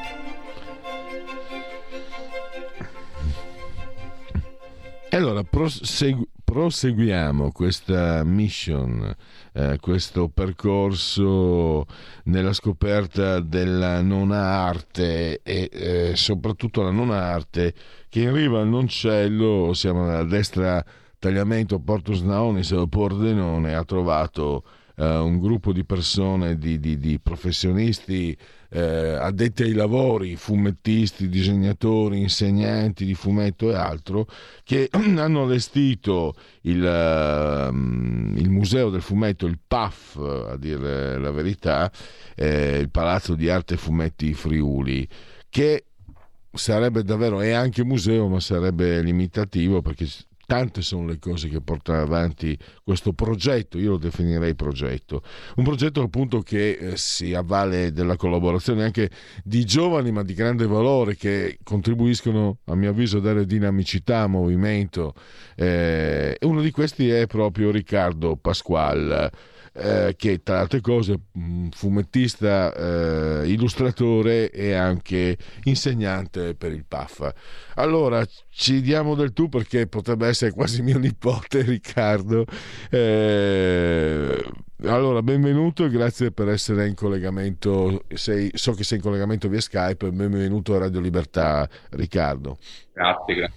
E allora prosegu- proseguiamo questa mission, eh, questo percorso nella scoperta della nona arte e eh, soprattutto la nona arte che in riva al Noncello, siamo alla destra tagliamento Portus Naonis o Pordenone, ha trovato Uh, un gruppo di persone, di, di, di professionisti eh, addetti ai lavori, fumettisti, disegnatori, insegnanti di fumetto e altro, che hanno allestito il, uh, il museo del fumetto, il P A F, a dire la verità, eh, il Palazzo di Arte e Fumetti Friuli, che sarebbe davvero, è anche museo, ma sarebbe limitativo, perché tante sono le cose che porta avanti questo progetto. Io lo definirei progetto, un progetto appunto che eh, si avvale della collaborazione anche di giovani ma di grande valore, che contribuiscono a mio avviso a dare dinamicità, movimento, eh, e uno di questi è proprio Riccardo Pasqual, eh, che tra le altre cose fumettista, eh, illustratore e anche insegnante per il P A F. Allora ci diamo del tu, perché potrebbe essere quasi mio nipote Riccardo. Eh, allora benvenuto e grazie per essere in collegamento. Sei, so che sei in collegamento via Skype. Benvenuto a Radio Libertà, Riccardo. Grazie, grazie.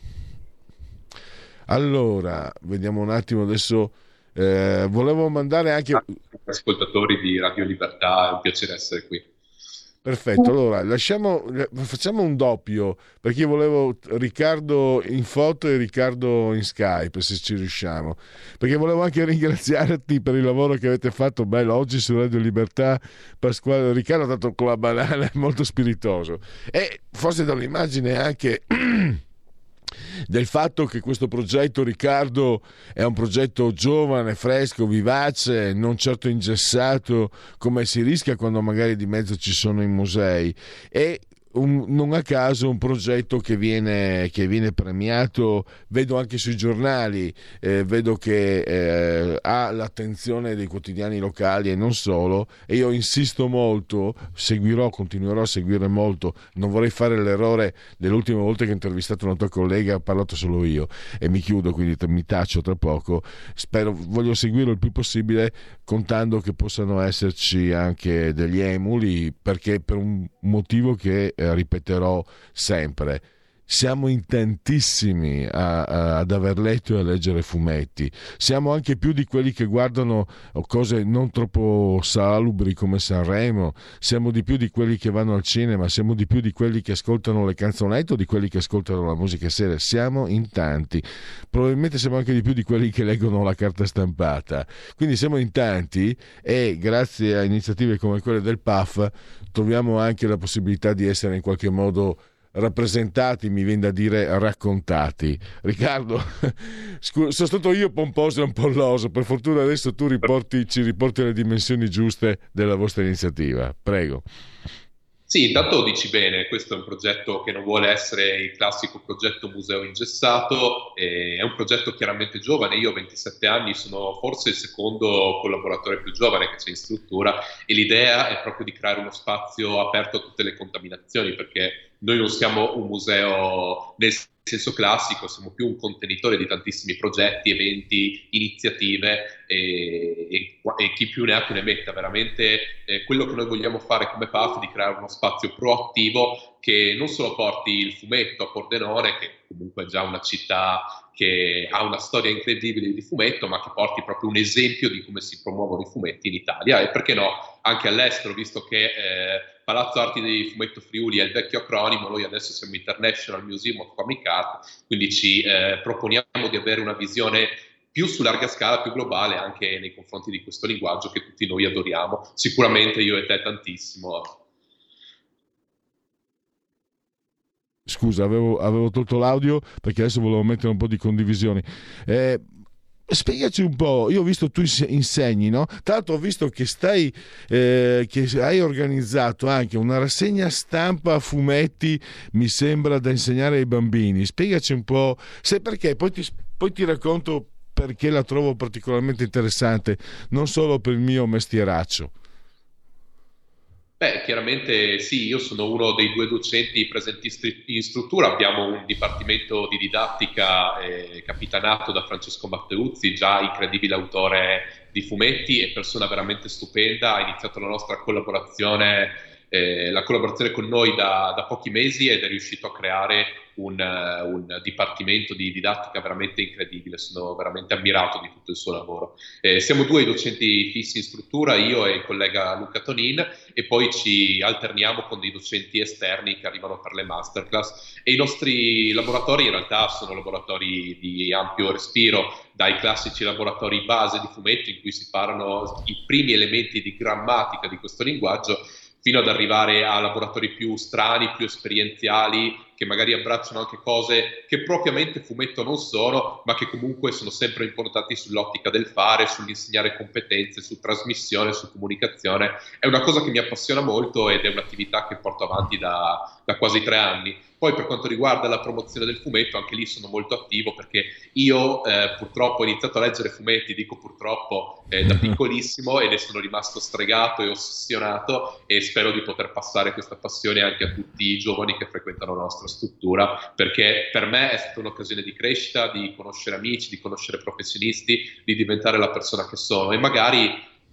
Allora vediamo un attimo adesso. Eh, volevo mandare anche ascoltatori di Radio Libertà, è un piacere essere qui. Perfetto, allora lasciamo, facciamo un doppio, perché io volevo Riccardo in foto e Riccardo in Skype, se ci riusciamo, perché volevo anche ringraziarti per il lavoro che avete fatto bello oggi su Radio Libertà. Pasquale, Riccardo ha dato con la banana, è molto spiritoso, e forse dall'immagine anche del fatto che questo progetto, Riccardo, è un progetto giovane, fresco, vivace, non certo ingessato come si rischia quando magari di mezzo ci sono i musei, e un, non a caso un progetto che viene, che viene premiato, vedo anche sui giornali, eh, vedo che eh, ha l'attenzione dei quotidiani locali e non solo, e io insisto molto, seguirò, continuerò a seguire molto, non vorrei fare l'errore dell'ultima volta che ho intervistato una tua collega, ho parlato solo io e mi chiudo, quindi mi taccio tra poco. Spero, voglio seguirlo il più possibile, contando che possano esserci anche degli emuli, perché per un motivo che eh, ripeterò sempre: siamo in tantissimi a, a, ad aver letto e a leggere fumetti, siamo anche più di quelli che guardano cose non troppo salubri come Sanremo, siamo di più di quelli che vanno al cinema, siamo di più di quelli che ascoltano le canzonette o di quelli che ascoltano la musica seria, siamo in tanti, probabilmente siamo anche di più di quelli che leggono la carta stampata, quindi siamo in tanti, e grazie a iniziative come quelle del P A F troviamo anche la possibilità di essere in qualche modo rappresentati, mi viene da dire raccontati. Riccardo, scu- sono stato io pomposo e un po' loso, per fortuna adesso tu riporti, ci riporti le dimensioni giuste della vostra iniziativa, prego. Sì, intanto dici bene, questo è un progetto che non vuole essere il classico progetto museo ingessato, eh, è un progetto chiaramente giovane. Io ho ventisette anni, sono forse il secondo collaboratore più giovane che c'è in struttura, e l'idea è proprio di creare uno spazio aperto a tutte le contaminazioni, perché noi non siamo un museo nel senso classico, siamo più un contenitore di tantissimi progetti, eventi, iniziative, e, e, e chi più ne ha più ne metta. Veramente eh, quello che noi vogliamo fare come P A F è di creare uno spazio proattivo che non solo porti il fumetto a Pordenone, che comunque è già una città che ha una storia incredibile di fumetto, ma che porti proprio un esempio di come si promuovono i fumetti in Italia, e perché no anche all'estero, visto che eh, Palazzo Arti di Fumetto Friuli è il vecchio acronimo, noi adesso siamo International Museum of Comic Art, quindi ci eh, proponiamo di avere una visione più su larga scala, più globale, anche nei confronti di questo linguaggio che tutti noi adoriamo, sicuramente io e te tantissimo. Scusa, avevo, avevo tolto l'audio perché adesso volevo mettere un po' di condivisioni. Eh, spiegaci un po', io ho visto tu insegni, no? Tra l'altro ho visto che stai, eh, che hai organizzato anche una rassegna stampa a fumetti, mi sembra, da insegnare ai bambini. Spiegaci un po', se perché, poi ti, poi ti racconto perché la trovo particolarmente interessante, non solo per il mio mestieraccio. Beh, chiaramente sì, io sono uno dei due docenti presenti in struttura, abbiamo un dipartimento di didattica eh, capitanato da Francesco Matteuzzi, già incredibile autore di fumetti e persona veramente stupenda, ha iniziato la nostra collaborazione, eh, la collaborazione con noi da, da pochi mesi, ed è riuscito a creare un, uh, un dipartimento di didattica veramente incredibile. Sono veramente ammirato di tutto il suo lavoro. Eh, siamo due i docenti fissi in struttura, io e il collega Luca Tonin, e poi ci alterniamo con dei docenti esterni che arrivano per le masterclass, e i nostri laboratori in realtà sono laboratori di ampio respiro, dai classici laboratori base di fumetto in cui si parlano i primi elementi di grammatica di questo linguaggio, fino ad arrivare a laboratori più strani, più esperienziali, che che magari abbracciano anche cose che propriamente fumetto non sono, ma che comunque sono sempre importanti sull'ottica del fare, sull'insegnare competenze, su trasmissione, su comunicazione. È una cosa che mi appassiona molto ed è un'attività che porto avanti da, da quasi tre anni. Poi per quanto riguarda la promozione del fumetto, anche lì sono molto attivo, perché io eh, purtroppo ho iniziato a leggere fumetti, dico purtroppo, eh, da piccolissimo, e ne sono rimasto stregato e ossessionato, e spero di poter passare questa passione anche a tutti i giovani che frequentano la nostra struttura, perché per me è stata un'occasione di crescita, di conoscere amici, di conoscere professionisti, di diventare la persona che sono, e magari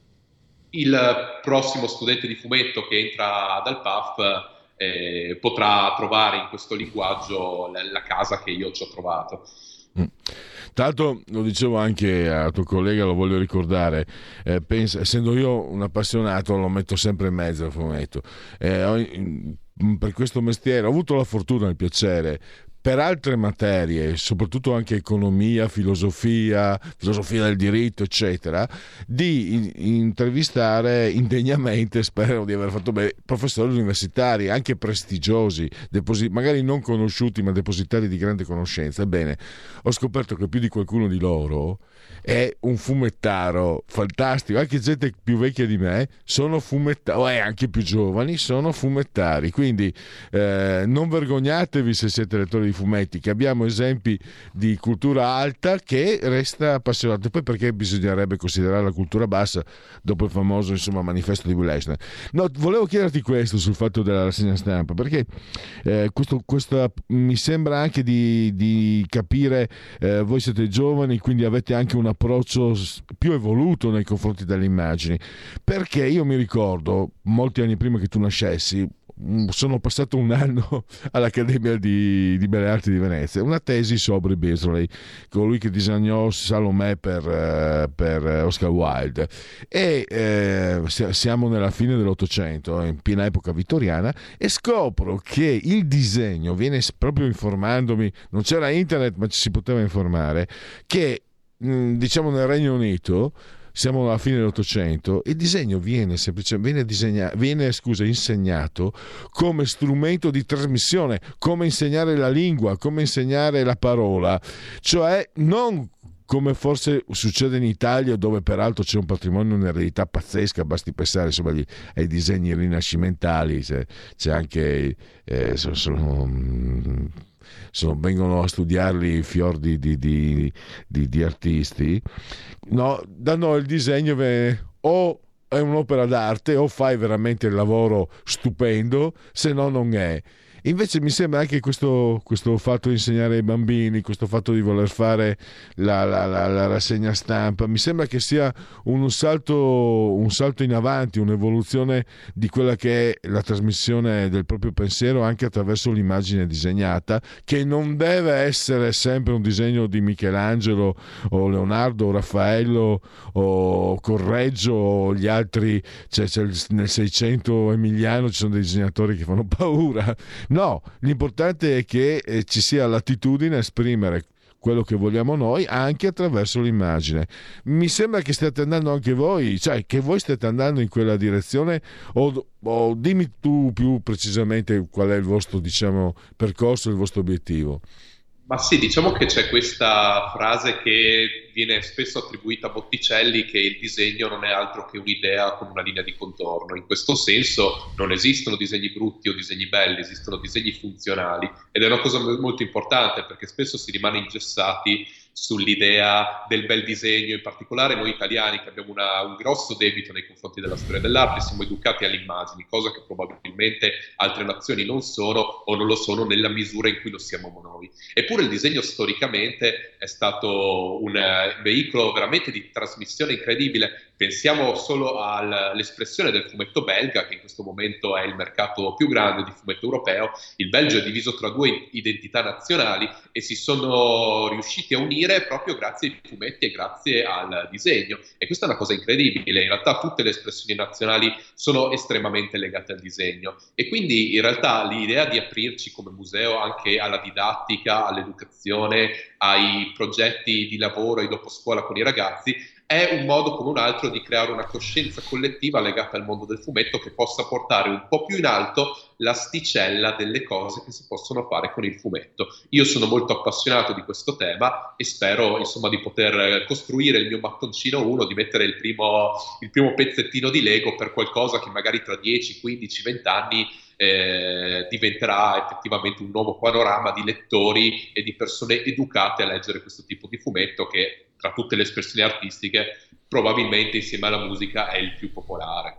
il prossimo studente di fumetto che entra dal P A F Eh, potrà trovare in questo linguaggio la, la casa che io ci ho trovato. Mm. Tanto lo dicevo anche a tuo collega, lo voglio ricordare, eh, pensa, essendo io un appassionato lo metto sempre in mezzo al fumetto, eh, ho, per questo mestiere ho avuto la fortuna e il piacere, per altre materie, soprattutto anche economia, filosofia, filosofia del diritto, eccetera, di in- intervistare indegnamente, spero di aver fatto bene, professori universitari, anche prestigiosi, deposi- magari non conosciuti, ma depositari di grande conoscenza. Ebbene, ho scoperto che più di qualcuno di loro è un fumettaro fantastico, anche gente più vecchia di me sono fumettari, o anche più giovani sono fumettari, quindi eh, non vergognatevi se siete lettori di fumetti, che abbiamo esempi di cultura alta che resta appassionato. Poi perché bisognerebbe considerare la cultura bassa dopo il famoso, insomma, manifesto di Will Eisner? No, volevo chiederti questo sul fatto della rassegna stampa, perché eh, questo, questa, mi sembra anche di, di capire, eh, voi siete giovani, quindi avete anche un approccio più evoluto nei confronti delle immagini, perché io mi ricordo molti anni prima che tu nascessi, sono passato un anno all'Accademia di, di Belle Arti di Venezia, una tesi su Aubrey Beasley, colui che disegnò Salomè per, per Oscar Wilde, e eh, siamo nella fine dell'Ottocento, in piena epoca vittoriana, e scopro che il disegno viene, proprio informandomi, non c'era internet ma ci si poteva informare, che diciamo nel Regno Unito, siamo alla fine dell'Ottocento, il disegno viene semplicemente viene, disegna, viene scusa, insegnato come strumento di trasmissione, come insegnare la lingua, come insegnare la parola, cioè non come forse succede in Italia, dove peraltro c'è un patrimonio, un'eredità pazzesca, basti pensare insomma agli, ai disegni rinascimentali, c'è, c'è anche eh, sono, sono Sono, vengono a studiarli fior di, di, di, di, di artisti. No, da noi il disegno viene, o è un'opera d'arte o fai veramente il lavoro stupendo, se no non è. Invece mi sembra anche questo, questo fatto di insegnare ai bambini, questo fatto di voler fare la, la, la, la rassegna stampa, mi sembra che sia un salto, un salto in avanti, un'evoluzione di quella che è la trasmissione del proprio pensiero anche attraverso l'immagine disegnata, che non deve essere sempre un disegno di Michelangelo o Leonardo o Raffaello o Correggio o gli altri, cioè, cioè nel Seicento Emiliano ci sono dei disegnatori che fanno paura. No, l'importante è che eh, ci sia l'attitudine a esprimere quello che vogliamo noi anche attraverso l'immagine. Mi sembra che stiate andando anche voi, cioè che voi stiate andando in quella direzione, o, o dimmi tu più precisamente qual è il vostro, diciamo, percorso, il vostro obiettivo. Ma sì, diciamo che c'è questa frase che viene spesso attribuita a Botticelli, che il disegno non è altro che un'idea con una linea di contorno. In questo senso non esistono disegni brutti o disegni belli, esistono disegni funzionali, ed è una cosa molto importante, perché spesso si rimane ingessati sull'idea del bel disegno. In particolare noi italiani, che abbiamo una, un grosso debito nei confronti della storia dell'arte, siamo educati alle immagini, cosa che probabilmente altre nazioni non sono, o non lo sono nella misura in cui lo siamo noi. Eppure il disegno storicamente è stato un veicolo veramente di trasmissione incredibile. Pensiamo solo all'espressione del fumetto belga, che in questo momento è il mercato più grande di fumetto europeo. Il Belgio è diviso tra due identità nazionali e si sono riusciti a unire proprio grazie ai fumetti e grazie al disegno. E questa è una cosa incredibile. In realtà tutte le espressioni nazionali sono estremamente legate al disegno. E quindi in realtà l'idea di aprirci come museo anche alla didattica, all'educazione, ai progetti di lavoro e dopo scuola con i ragazzi, è un modo come un altro di creare una coscienza collettiva legata al mondo del fumetto che possa portare un po' più in alto l'asticella delle cose che si possono fare con il fumetto. Io sono molto appassionato di questo tema e spero insomma di poter costruire il mio mattoncino uno, di mettere il primo, il primo pezzettino di Lego per qualcosa che magari tra dieci, quindici, venti anni eh, diventerà effettivamente un nuovo panorama di lettori e di persone educate a leggere questo tipo di fumetto che tra tutte le espressioni artistiche probabilmente insieme alla musica è il più popolare.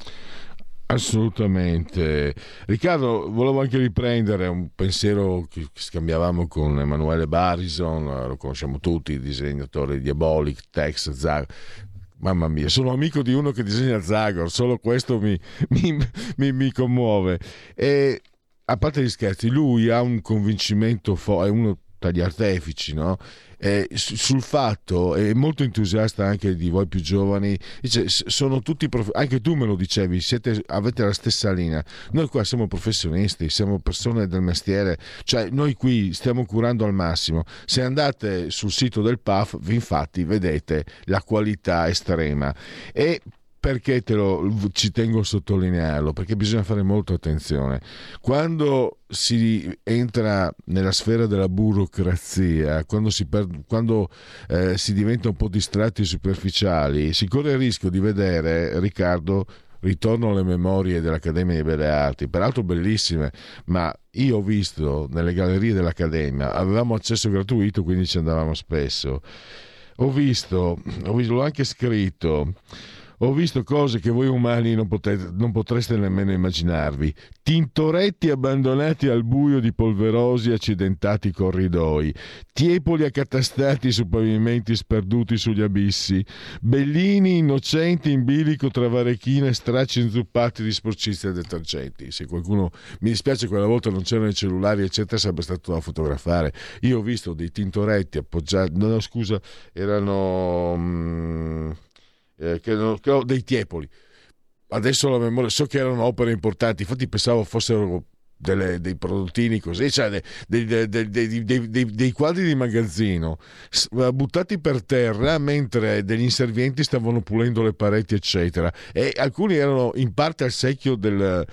Assolutamente. Riccardo, volevo anche riprendere un pensiero che scambiavamo con Emanuele Barison, lo conosciamo tutti, il disegnatore di Diabolic, Tex, Zag. Mamma mia, sono amico di uno che disegna Zagor, solo questo mi, mi, mi, mi commuove. E a parte gli scherzi, lui ha un convincimento, fo- è uno tra gli artefici, no? Eh, sul fatto, è molto entusiasta anche di voi più giovani, dice sono tutti prof... anche tu me lo dicevi, siete, avete la stessa linea, noi qua siamo professionisti, siamo persone del mestiere, cioè noi qui stiamo curando al massimo. Se andate sul sito del P A F infatti vedete la qualità estrema. E perché te lo, ci tengo a sottolinearlo? Perché bisogna fare molta attenzione. Quando si entra nella sfera della burocrazia, quando si, per, quando, eh, si diventa un po' distratti e superficiali, si corre il rischio di vedere, Riccardo, ritorno alle memorie dell'Accademia di Belle Arti, peraltro bellissime, ma io ho visto nelle gallerie dell'Accademia, avevamo accesso gratuito, quindi ci andavamo spesso, ho visto, ho visto, l'ho anche scritto, ho visto cose che voi umani non, potete, non potreste nemmeno immaginarvi. Tintoretti abbandonati al buio di polverosi e accidentati corridoi, tiepoli accatastati su pavimenti sperduti sugli abissi, bellini innocenti in bilico tra varechine e stracci inzuppati di sporcizia e detergenti. Se qualcuno, mi dispiace, quella volta non c'erano i cellulari eccetera, sarebbe stato da fotografare. Io ho visto dei tintoretti appoggiati, no scusa, erano... Mm, Eh, che, che ho dei tiepoli, adesso la memoria, so che erano opere importanti, infatti pensavo fossero delle, dei prodottini così, cioè dei, dei, dei, dei, dei, dei, dei quadri di magazzino buttati per terra mentre degli inservienti stavano pulendo le pareti eccetera, e alcuni erano in parte al secchio del,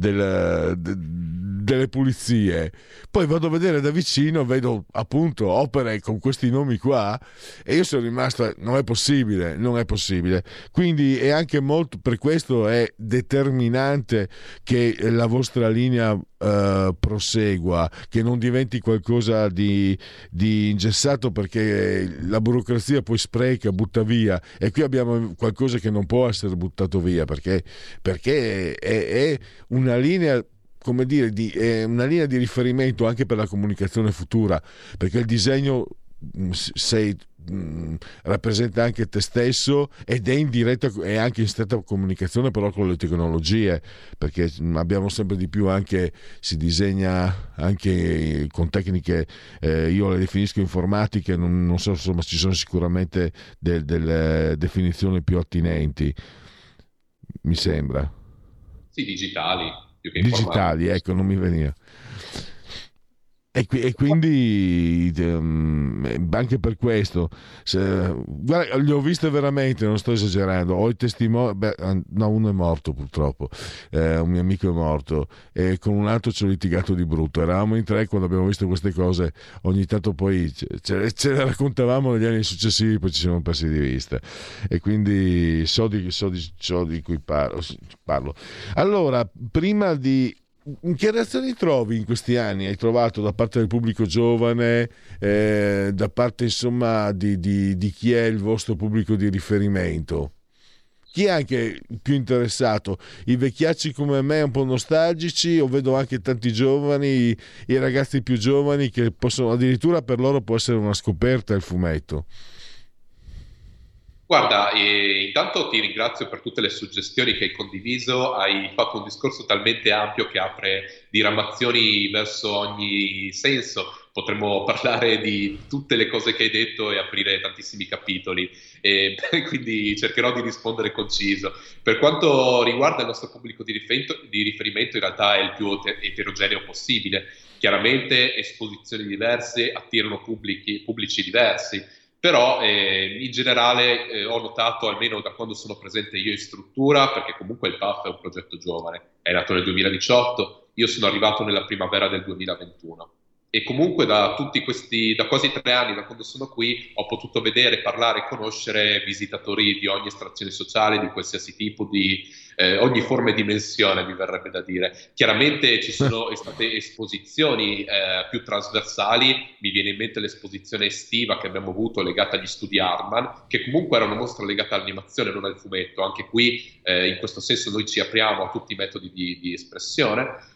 del, de, delle pulizie. Poi vado a vedere da vicino, vedo appunto opere con questi nomi qua e io sono rimasto, non è possibile, non è possibile. Quindi è anche molto, per questo è determinante che la vostra linea Uh, prosegua, che non diventi qualcosa di, di ingessato, perché la burocrazia poi spreca, butta via, e qui abbiamo qualcosa che non può essere buttato via perché, perché è, è una linea, come dire, di, è una linea di riferimento anche per la comunicazione futura, perché il disegno sei mh, rappresenta anche te stesso ed è in diretta e anche in stretta comunicazione però con le tecnologie, perché abbiamo sempre di più anche, si disegna anche con tecniche, eh, io le definisco informatiche, non, non so, insomma ci sono sicuramente del, delle definizioni più attinenti, mi sembra. Sì, digitali più che digitali, ecco, non mi veniva. E, e quindi um, anche per questo, se, guarda, le ho viste veramente, non sto esagerando, ho i testimoni, beh, no, uno è morto purtroppo, eh, un mio amico è morto e con un altro ci ho litigato di brutto, eravamo in tre quando abbiamo visto queste cose, ogni tanto poi ce, ce le raccontavamo negli anni successivi, poi ci siamo persi di vista e quindi so di, so di, so di cui parlo, parlo. Allora, prima di che reazioni trovi in questi anni? Hai trovato da parte del pubblico giovane, eh, da parte insomma di, di, di chi è il vostro pubblico di riferimento? Chi è anche più interessato? I vecchiacci come me un po' nostalgici, o vedo anche tanti giovani, i ragazzi più giovani che possono, addirittura per loro può essere una scoperta il fumetto? Guarda, eh, intanto ti ringrazio per tutte le suggestioni che hai condiviso, hai fatto un discorso talmente ampio che apre diramazioni verso ogni senso, potremmo parlare di tutte le cose che hai detto e aprire tantissimi capitoli, e quindi cercherò di rispondere conciso. Per quanto riguarda il nostro pubblico di riferimento, di riferimento in realtà è il più eterogeneo possibile. Chiaramente esposizioni diverse attirano pubblici, pubblici diversi, però eh, in generale eh, ho notato, almeno da quando sono presente io in struttura, perché comunque il P A F è un progetto giovane, è nato nel duemiladiciotto, io sono arrivato nella primavera del duemilaventuno. E comunque da tutti questi, da quasi tre anni, da quando sono qui, ho potuto vedere, parlare e conoscere visitatori di ogni estrazione sociale, di qualsiasi tipo, di eh, ogni forma e dimensione, mi verrebbe da dire. Chiaramente ci sono state esposizioni eh, più trasversali, mi viene in mente l'esposizione estiva che abbiamo avuto legata agli studi Hartmann, che comunque era una mostra legata all'animazione, non al fumetto. Anche qui, eh, in questo senso, noi ci apriamo a tutti i metodi di, di espressione,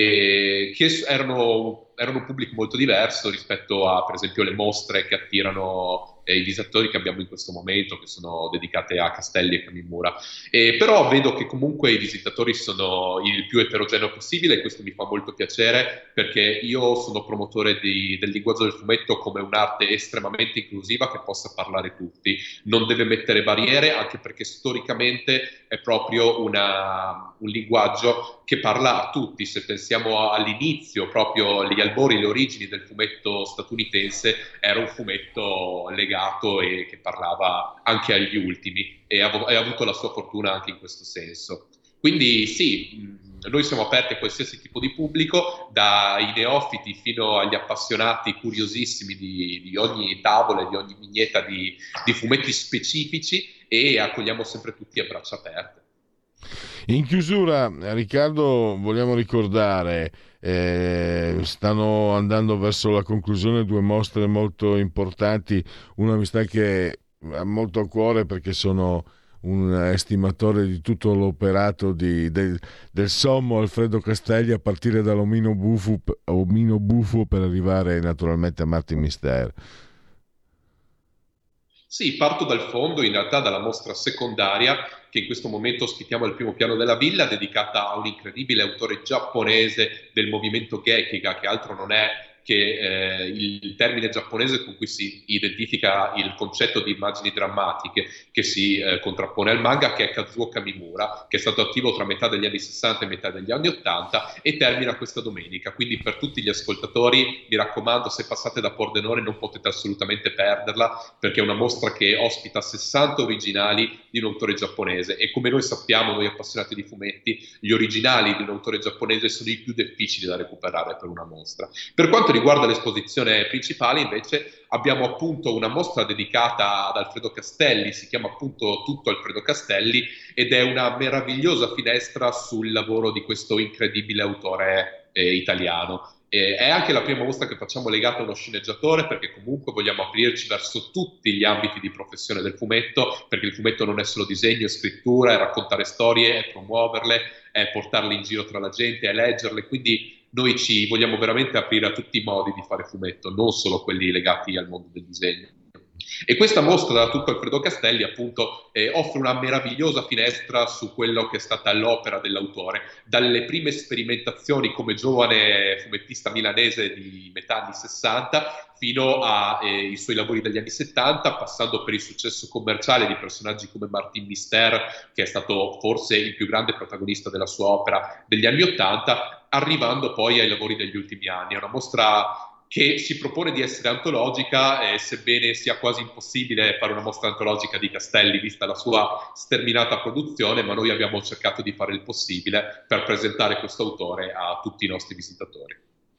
e che erano, erano un pubblico molto diverso rispetto a, per esempio, le mostre che attirano eh, i visitatori che abbiamo in questo momento, che sono dedicate a Castelli e Camimura. E però vedo che comunque i visitatori sono il più eterogeneo possibile, e questo mi fa molto piacere, perché io sono promotore di, del linguaggio del fumetto come un'arte estremamente inclusiva che possa parlare tutti, non deve mettere barriere, anche perché storicamente è proprio una, un linguaggio che parla a tutti. Se pensiamo all'inizio, proprio gli albori, le origini del fumetto statunitense, era un fumetto legato e che parlava anche agli ultimi, e ha, ha avuto la sua fortuna anche in questo senso. Quindi sì, noi siamo aperti a qualsiasi tipo di pubblico, dai neofiti fino agli appassionati curiosissimi di, di ogni tavola e di ogni vignetta di, di fumetti specifici, e accogliamo sempre tutti a braccia aperte. In chiusura, Riccardo, vogliamo ricordare, eh, stanno andando verso la conclusione due mostre molto importanti, una mi sta che ha molto a cuore perché sono un estimatore di tutto l'operato di, del, del sommo Alfredo Castelli, a partire dall'omino bufo, omino bufo per arrivare naturalmente a Martin Mister. Sì, parto dal fondo, in realtà dalla mostra secondaria che in questo momento ospitiamo al primo piano della villa, dedicata a un incredibile autore giapponese del movimento Gekiga, che altro non è che eh, il termine giapponese con cui si identifica il concetto di immagini drammatiche che si eh, contrappone al manga, che è Kazuo Kamimura, che è stato attivo tra metà degli anni sessanta e metà degli anni ottanta, e termina questa domenica. Quindi per tutti gli ascoltatori mi raccomando, se passate da Pordenone non potete assolutamente perderla, perché è una mostra che ospita sessanta originali di un autore giapponese, e come noi sappiamo, noi appassionati di fumetti, gli originali di un autore giapponese sono i più difficili da recuperare per una mostra. Per quanto riguarda l'esposizione principale, invece, abbiamo appunto una mostra dedicata ad Alfredo Castelli, si chiama appunto Tutto Alfredo Castelli, ed è una meravigliosa finestra sul lavoro di questo incredibile autore eh, italiano. Eh, è anche la prima mostra che facciamo legata a uno sceneggiatore, perché comunque vogliamo aprirci verso tutti gli ambiti di professione del fumetto, perché il fumetto non è solo disegno, è scrittura, è raccontare storie, è promuoverle, è portarle in giro tra la gente, è leggerle, quindi noi ci vogliamo veramente aprire a tutti i modi di fare fumetto, non solo quelli legati al mondo del disegno. E questa mostra da Tutto Alfredo Castelli appunto eh, offre una meravigliosa finestra su quello che è stata l'opera dell'autore, dalle prime sperimentazioni come giovane fumettista milanese di metà anni sessanta fino ai eh, suoi lavori degli anni settanta, passando per il successo commerciale di personaggi come Martin Mister, che è stato forse il più grande protagonista della sua opera degli anni ottanta, arrivando poi ai lavori degli ultimi anni. È una mostra che si propone di essere antologica, eh, sebbene sia quasi impossibile fare una mostra antologica di Castelli vista la sua sterminata produzione, ma noi abbiamo cercato di fare il possibile per presentare questo autore a tutti i nostri visitatori.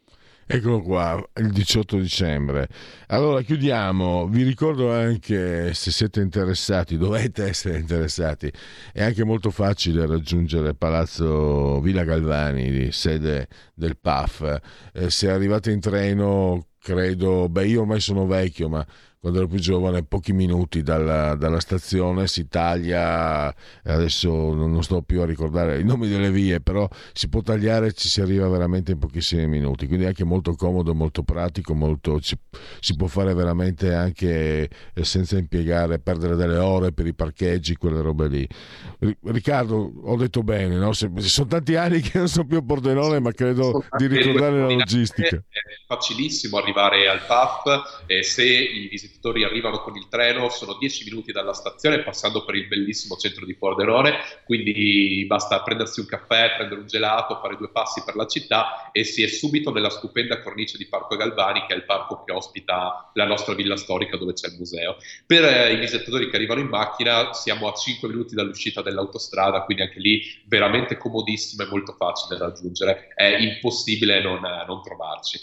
Eccolo qua, il diciotto dicembre. Allora chiudiamo, vi ricordo anche, se siete interessati, dovete essere interessati, è anche molto facile raggiungere Palazzo Villa Galvani, sede del P A F. Eh, se arrivate in treno, credo, beh io ormai sono vecchio, ma quando ero più giovane, pochi minuti dalla, dalla stazione si taglia, adesso non sto più a ricordare i nomi delle vie, però si può tagliare e ci si arriva veramente in pochissimi minuti, quindi è anche molto comodo, molto pratico, molto, ci, si può fare veramente anche eh, senza impiegare, perdere delle ore per i parcheggi, quelle robe lì. Riccardo, ho detto bene, no? Se, sono tanti anni che non sono più a Pordenone, ma credo di ricordare la logistica. È facilissimo arrivare al P A F, e se i visitatori visitatori arrivano con il treno, sono dieci minuti dalla stazione passando per il bellissimo centro di Pordenone, quindi basta prendersi un caffè, prendere un gelato, fare due passi per la città e si è subito nella stupenda cornice di Parco Galvani, che è il parco che ospita la nostra villa storica dove c'è il museo. Per eh, i visitatori che arrivano in macchina siamo a cinque minuti dall'uscita dell'autostrada, quindi anche lì veramente comodissimo e molto facile da raggiungere, è impossibile non, non trovarci.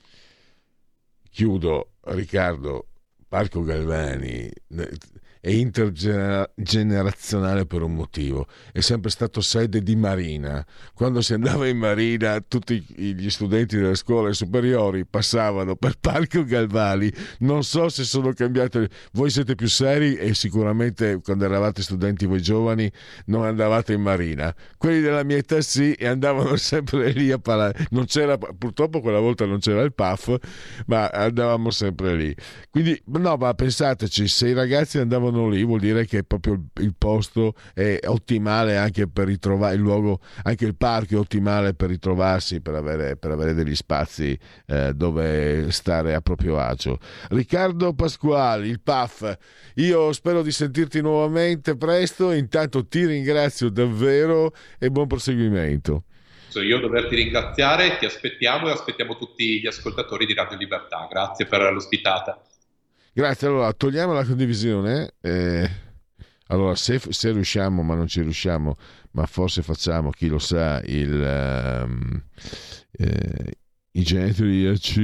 Chiudo, Riccardo. Parco Galvani è intergenerazionale per un motivo, è sempre stato sede di marina. Quando si andava in marina tutti gli studenti delle scuole superiori passavano per Parco Galvani. Non so se sono cambiate, voi siete più seri e sicuramente quando eravate studenti voi giovani non andavate in marina, quelli della mia età sì, e andavano sempre lì a parlare. Non c'era, purtroppo quella volta non c'era il P A F, ma andavamo sempre lì. Quindi no, ma pensateci, se i ragazzi andavano lì vuol dire che proprio il posto è ottimale anche per ritrovare il luogo, anche il parco è ottimale per ritrovarsi, per avere, per avere degli spazi eh, dove stare a proprio agio. Riccardo Pasquali, il P A F, io spero di sentirti nuovamente presto, intanto ti ringrazio davvero e buon proseguimento. Io doverti ringraziare, ti aspettiamo e aspettiamo tutti gli ascoltatori di Radio Libertà. Grazie per l'ospitata. Grazie. Allora togliamo la condivisione, eh, allora se, se riusciamo, ma non ci riusciamo, ma forse facciamo, chi lo sa, il um, eh, i genetriaci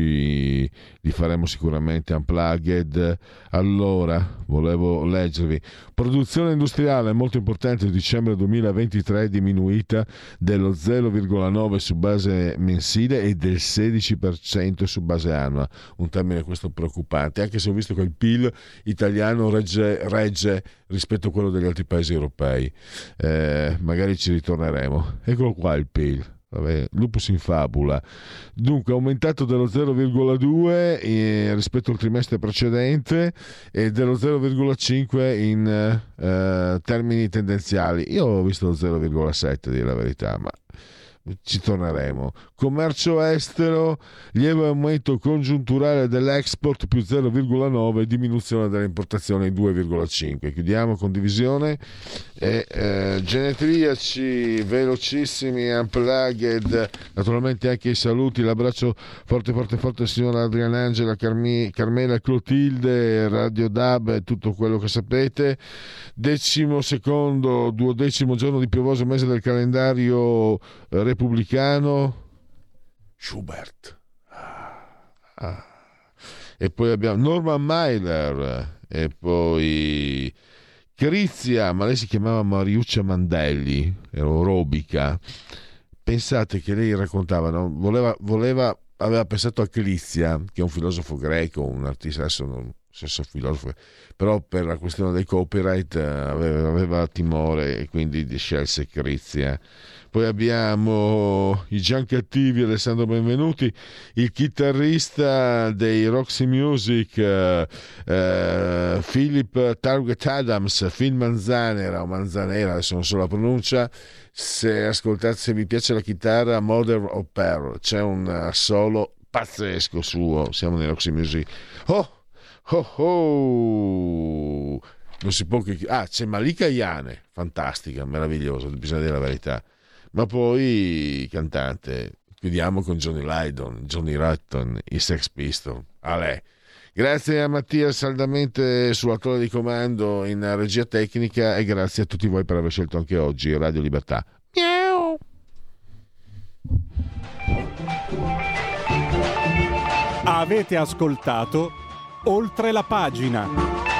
li faremo sicuramente unplugged. Allora volevo leggervi: produzione industriale molto importante, dicembre duemilaventitré diminuita dello zero virgola nove su base mensile e del sedici per cento su base annua, un termine questo preoccupante, anche se ho visto che il P I L italiano regge, regge rispetto a quello degli altri paesi europei. Eh, magari ci ritorneremo. Eccolo qua il P I L. Vabbè, lupus in fabula. Dunque aumentato dello zero virgola due eh, rispetto al trimestre precedente e dello zero virgola cinque in eh, termini tendenziali. Io ho visto lo zero virgola sette, a dire la verità, ma ci torneremo. Commercio estero, lieve aumento congiunturale dell'export più zero virgola nove, diminuzione delle importazioni due virgola cinque. Chiudiamo condivisione e eh, genetriaci velocissimi, unplugged, naturalmente anche i saluti, l'abbraccio forte forte forte signora Adriana Angela, Carmi, Carmela Clotilde, Radio D A B e tutto quello che sapete. Decimo secondo, duodecimo giorno di piovoso mese del calendario eh, repubblicano. Schubert, ah, ah. E poi abbiamo Norman Mailer e poi Crizia, ma lei si chiamava Mariuccia Mandelli, ero Robica. Pensate che lei raccontava, no? voleva, voleva, aveva pensato a Crizia, che è un filosofo greco, un artista, adesso non so se filosofo, però per la questione dei copyright aveva, aveva timore e quindi scelse Crizia. Poi abbiamo i Giancattivi, Alessandro Benvenuti, il chitarrista dei Roxy Music, eh, eh, Philip Target Adams, Phil Manzanera o Manzanera, adesso non so la pronuncia. Se ascoltate, se vi piace la chitarra, Mother of Pearl, c'è un solo pazzesco suo, siamo nei Roxy Music. Oh, oh, oh! Non si può che... Ah, c'è Malika Yane, fantastica, meravigliosa, bisogna dire la verità. Ma poi cantante, chiudiamo con Johnny Lydon, Johnny Rotten, i Sex Pistols. Ale. Grazie a Mattia saldamente sulla torre di comando in regia tecnica e grazie a tutti voi per aver scelto anche oggi Radio Libertà. Miau. Avete ascoltato Oltre la pagina.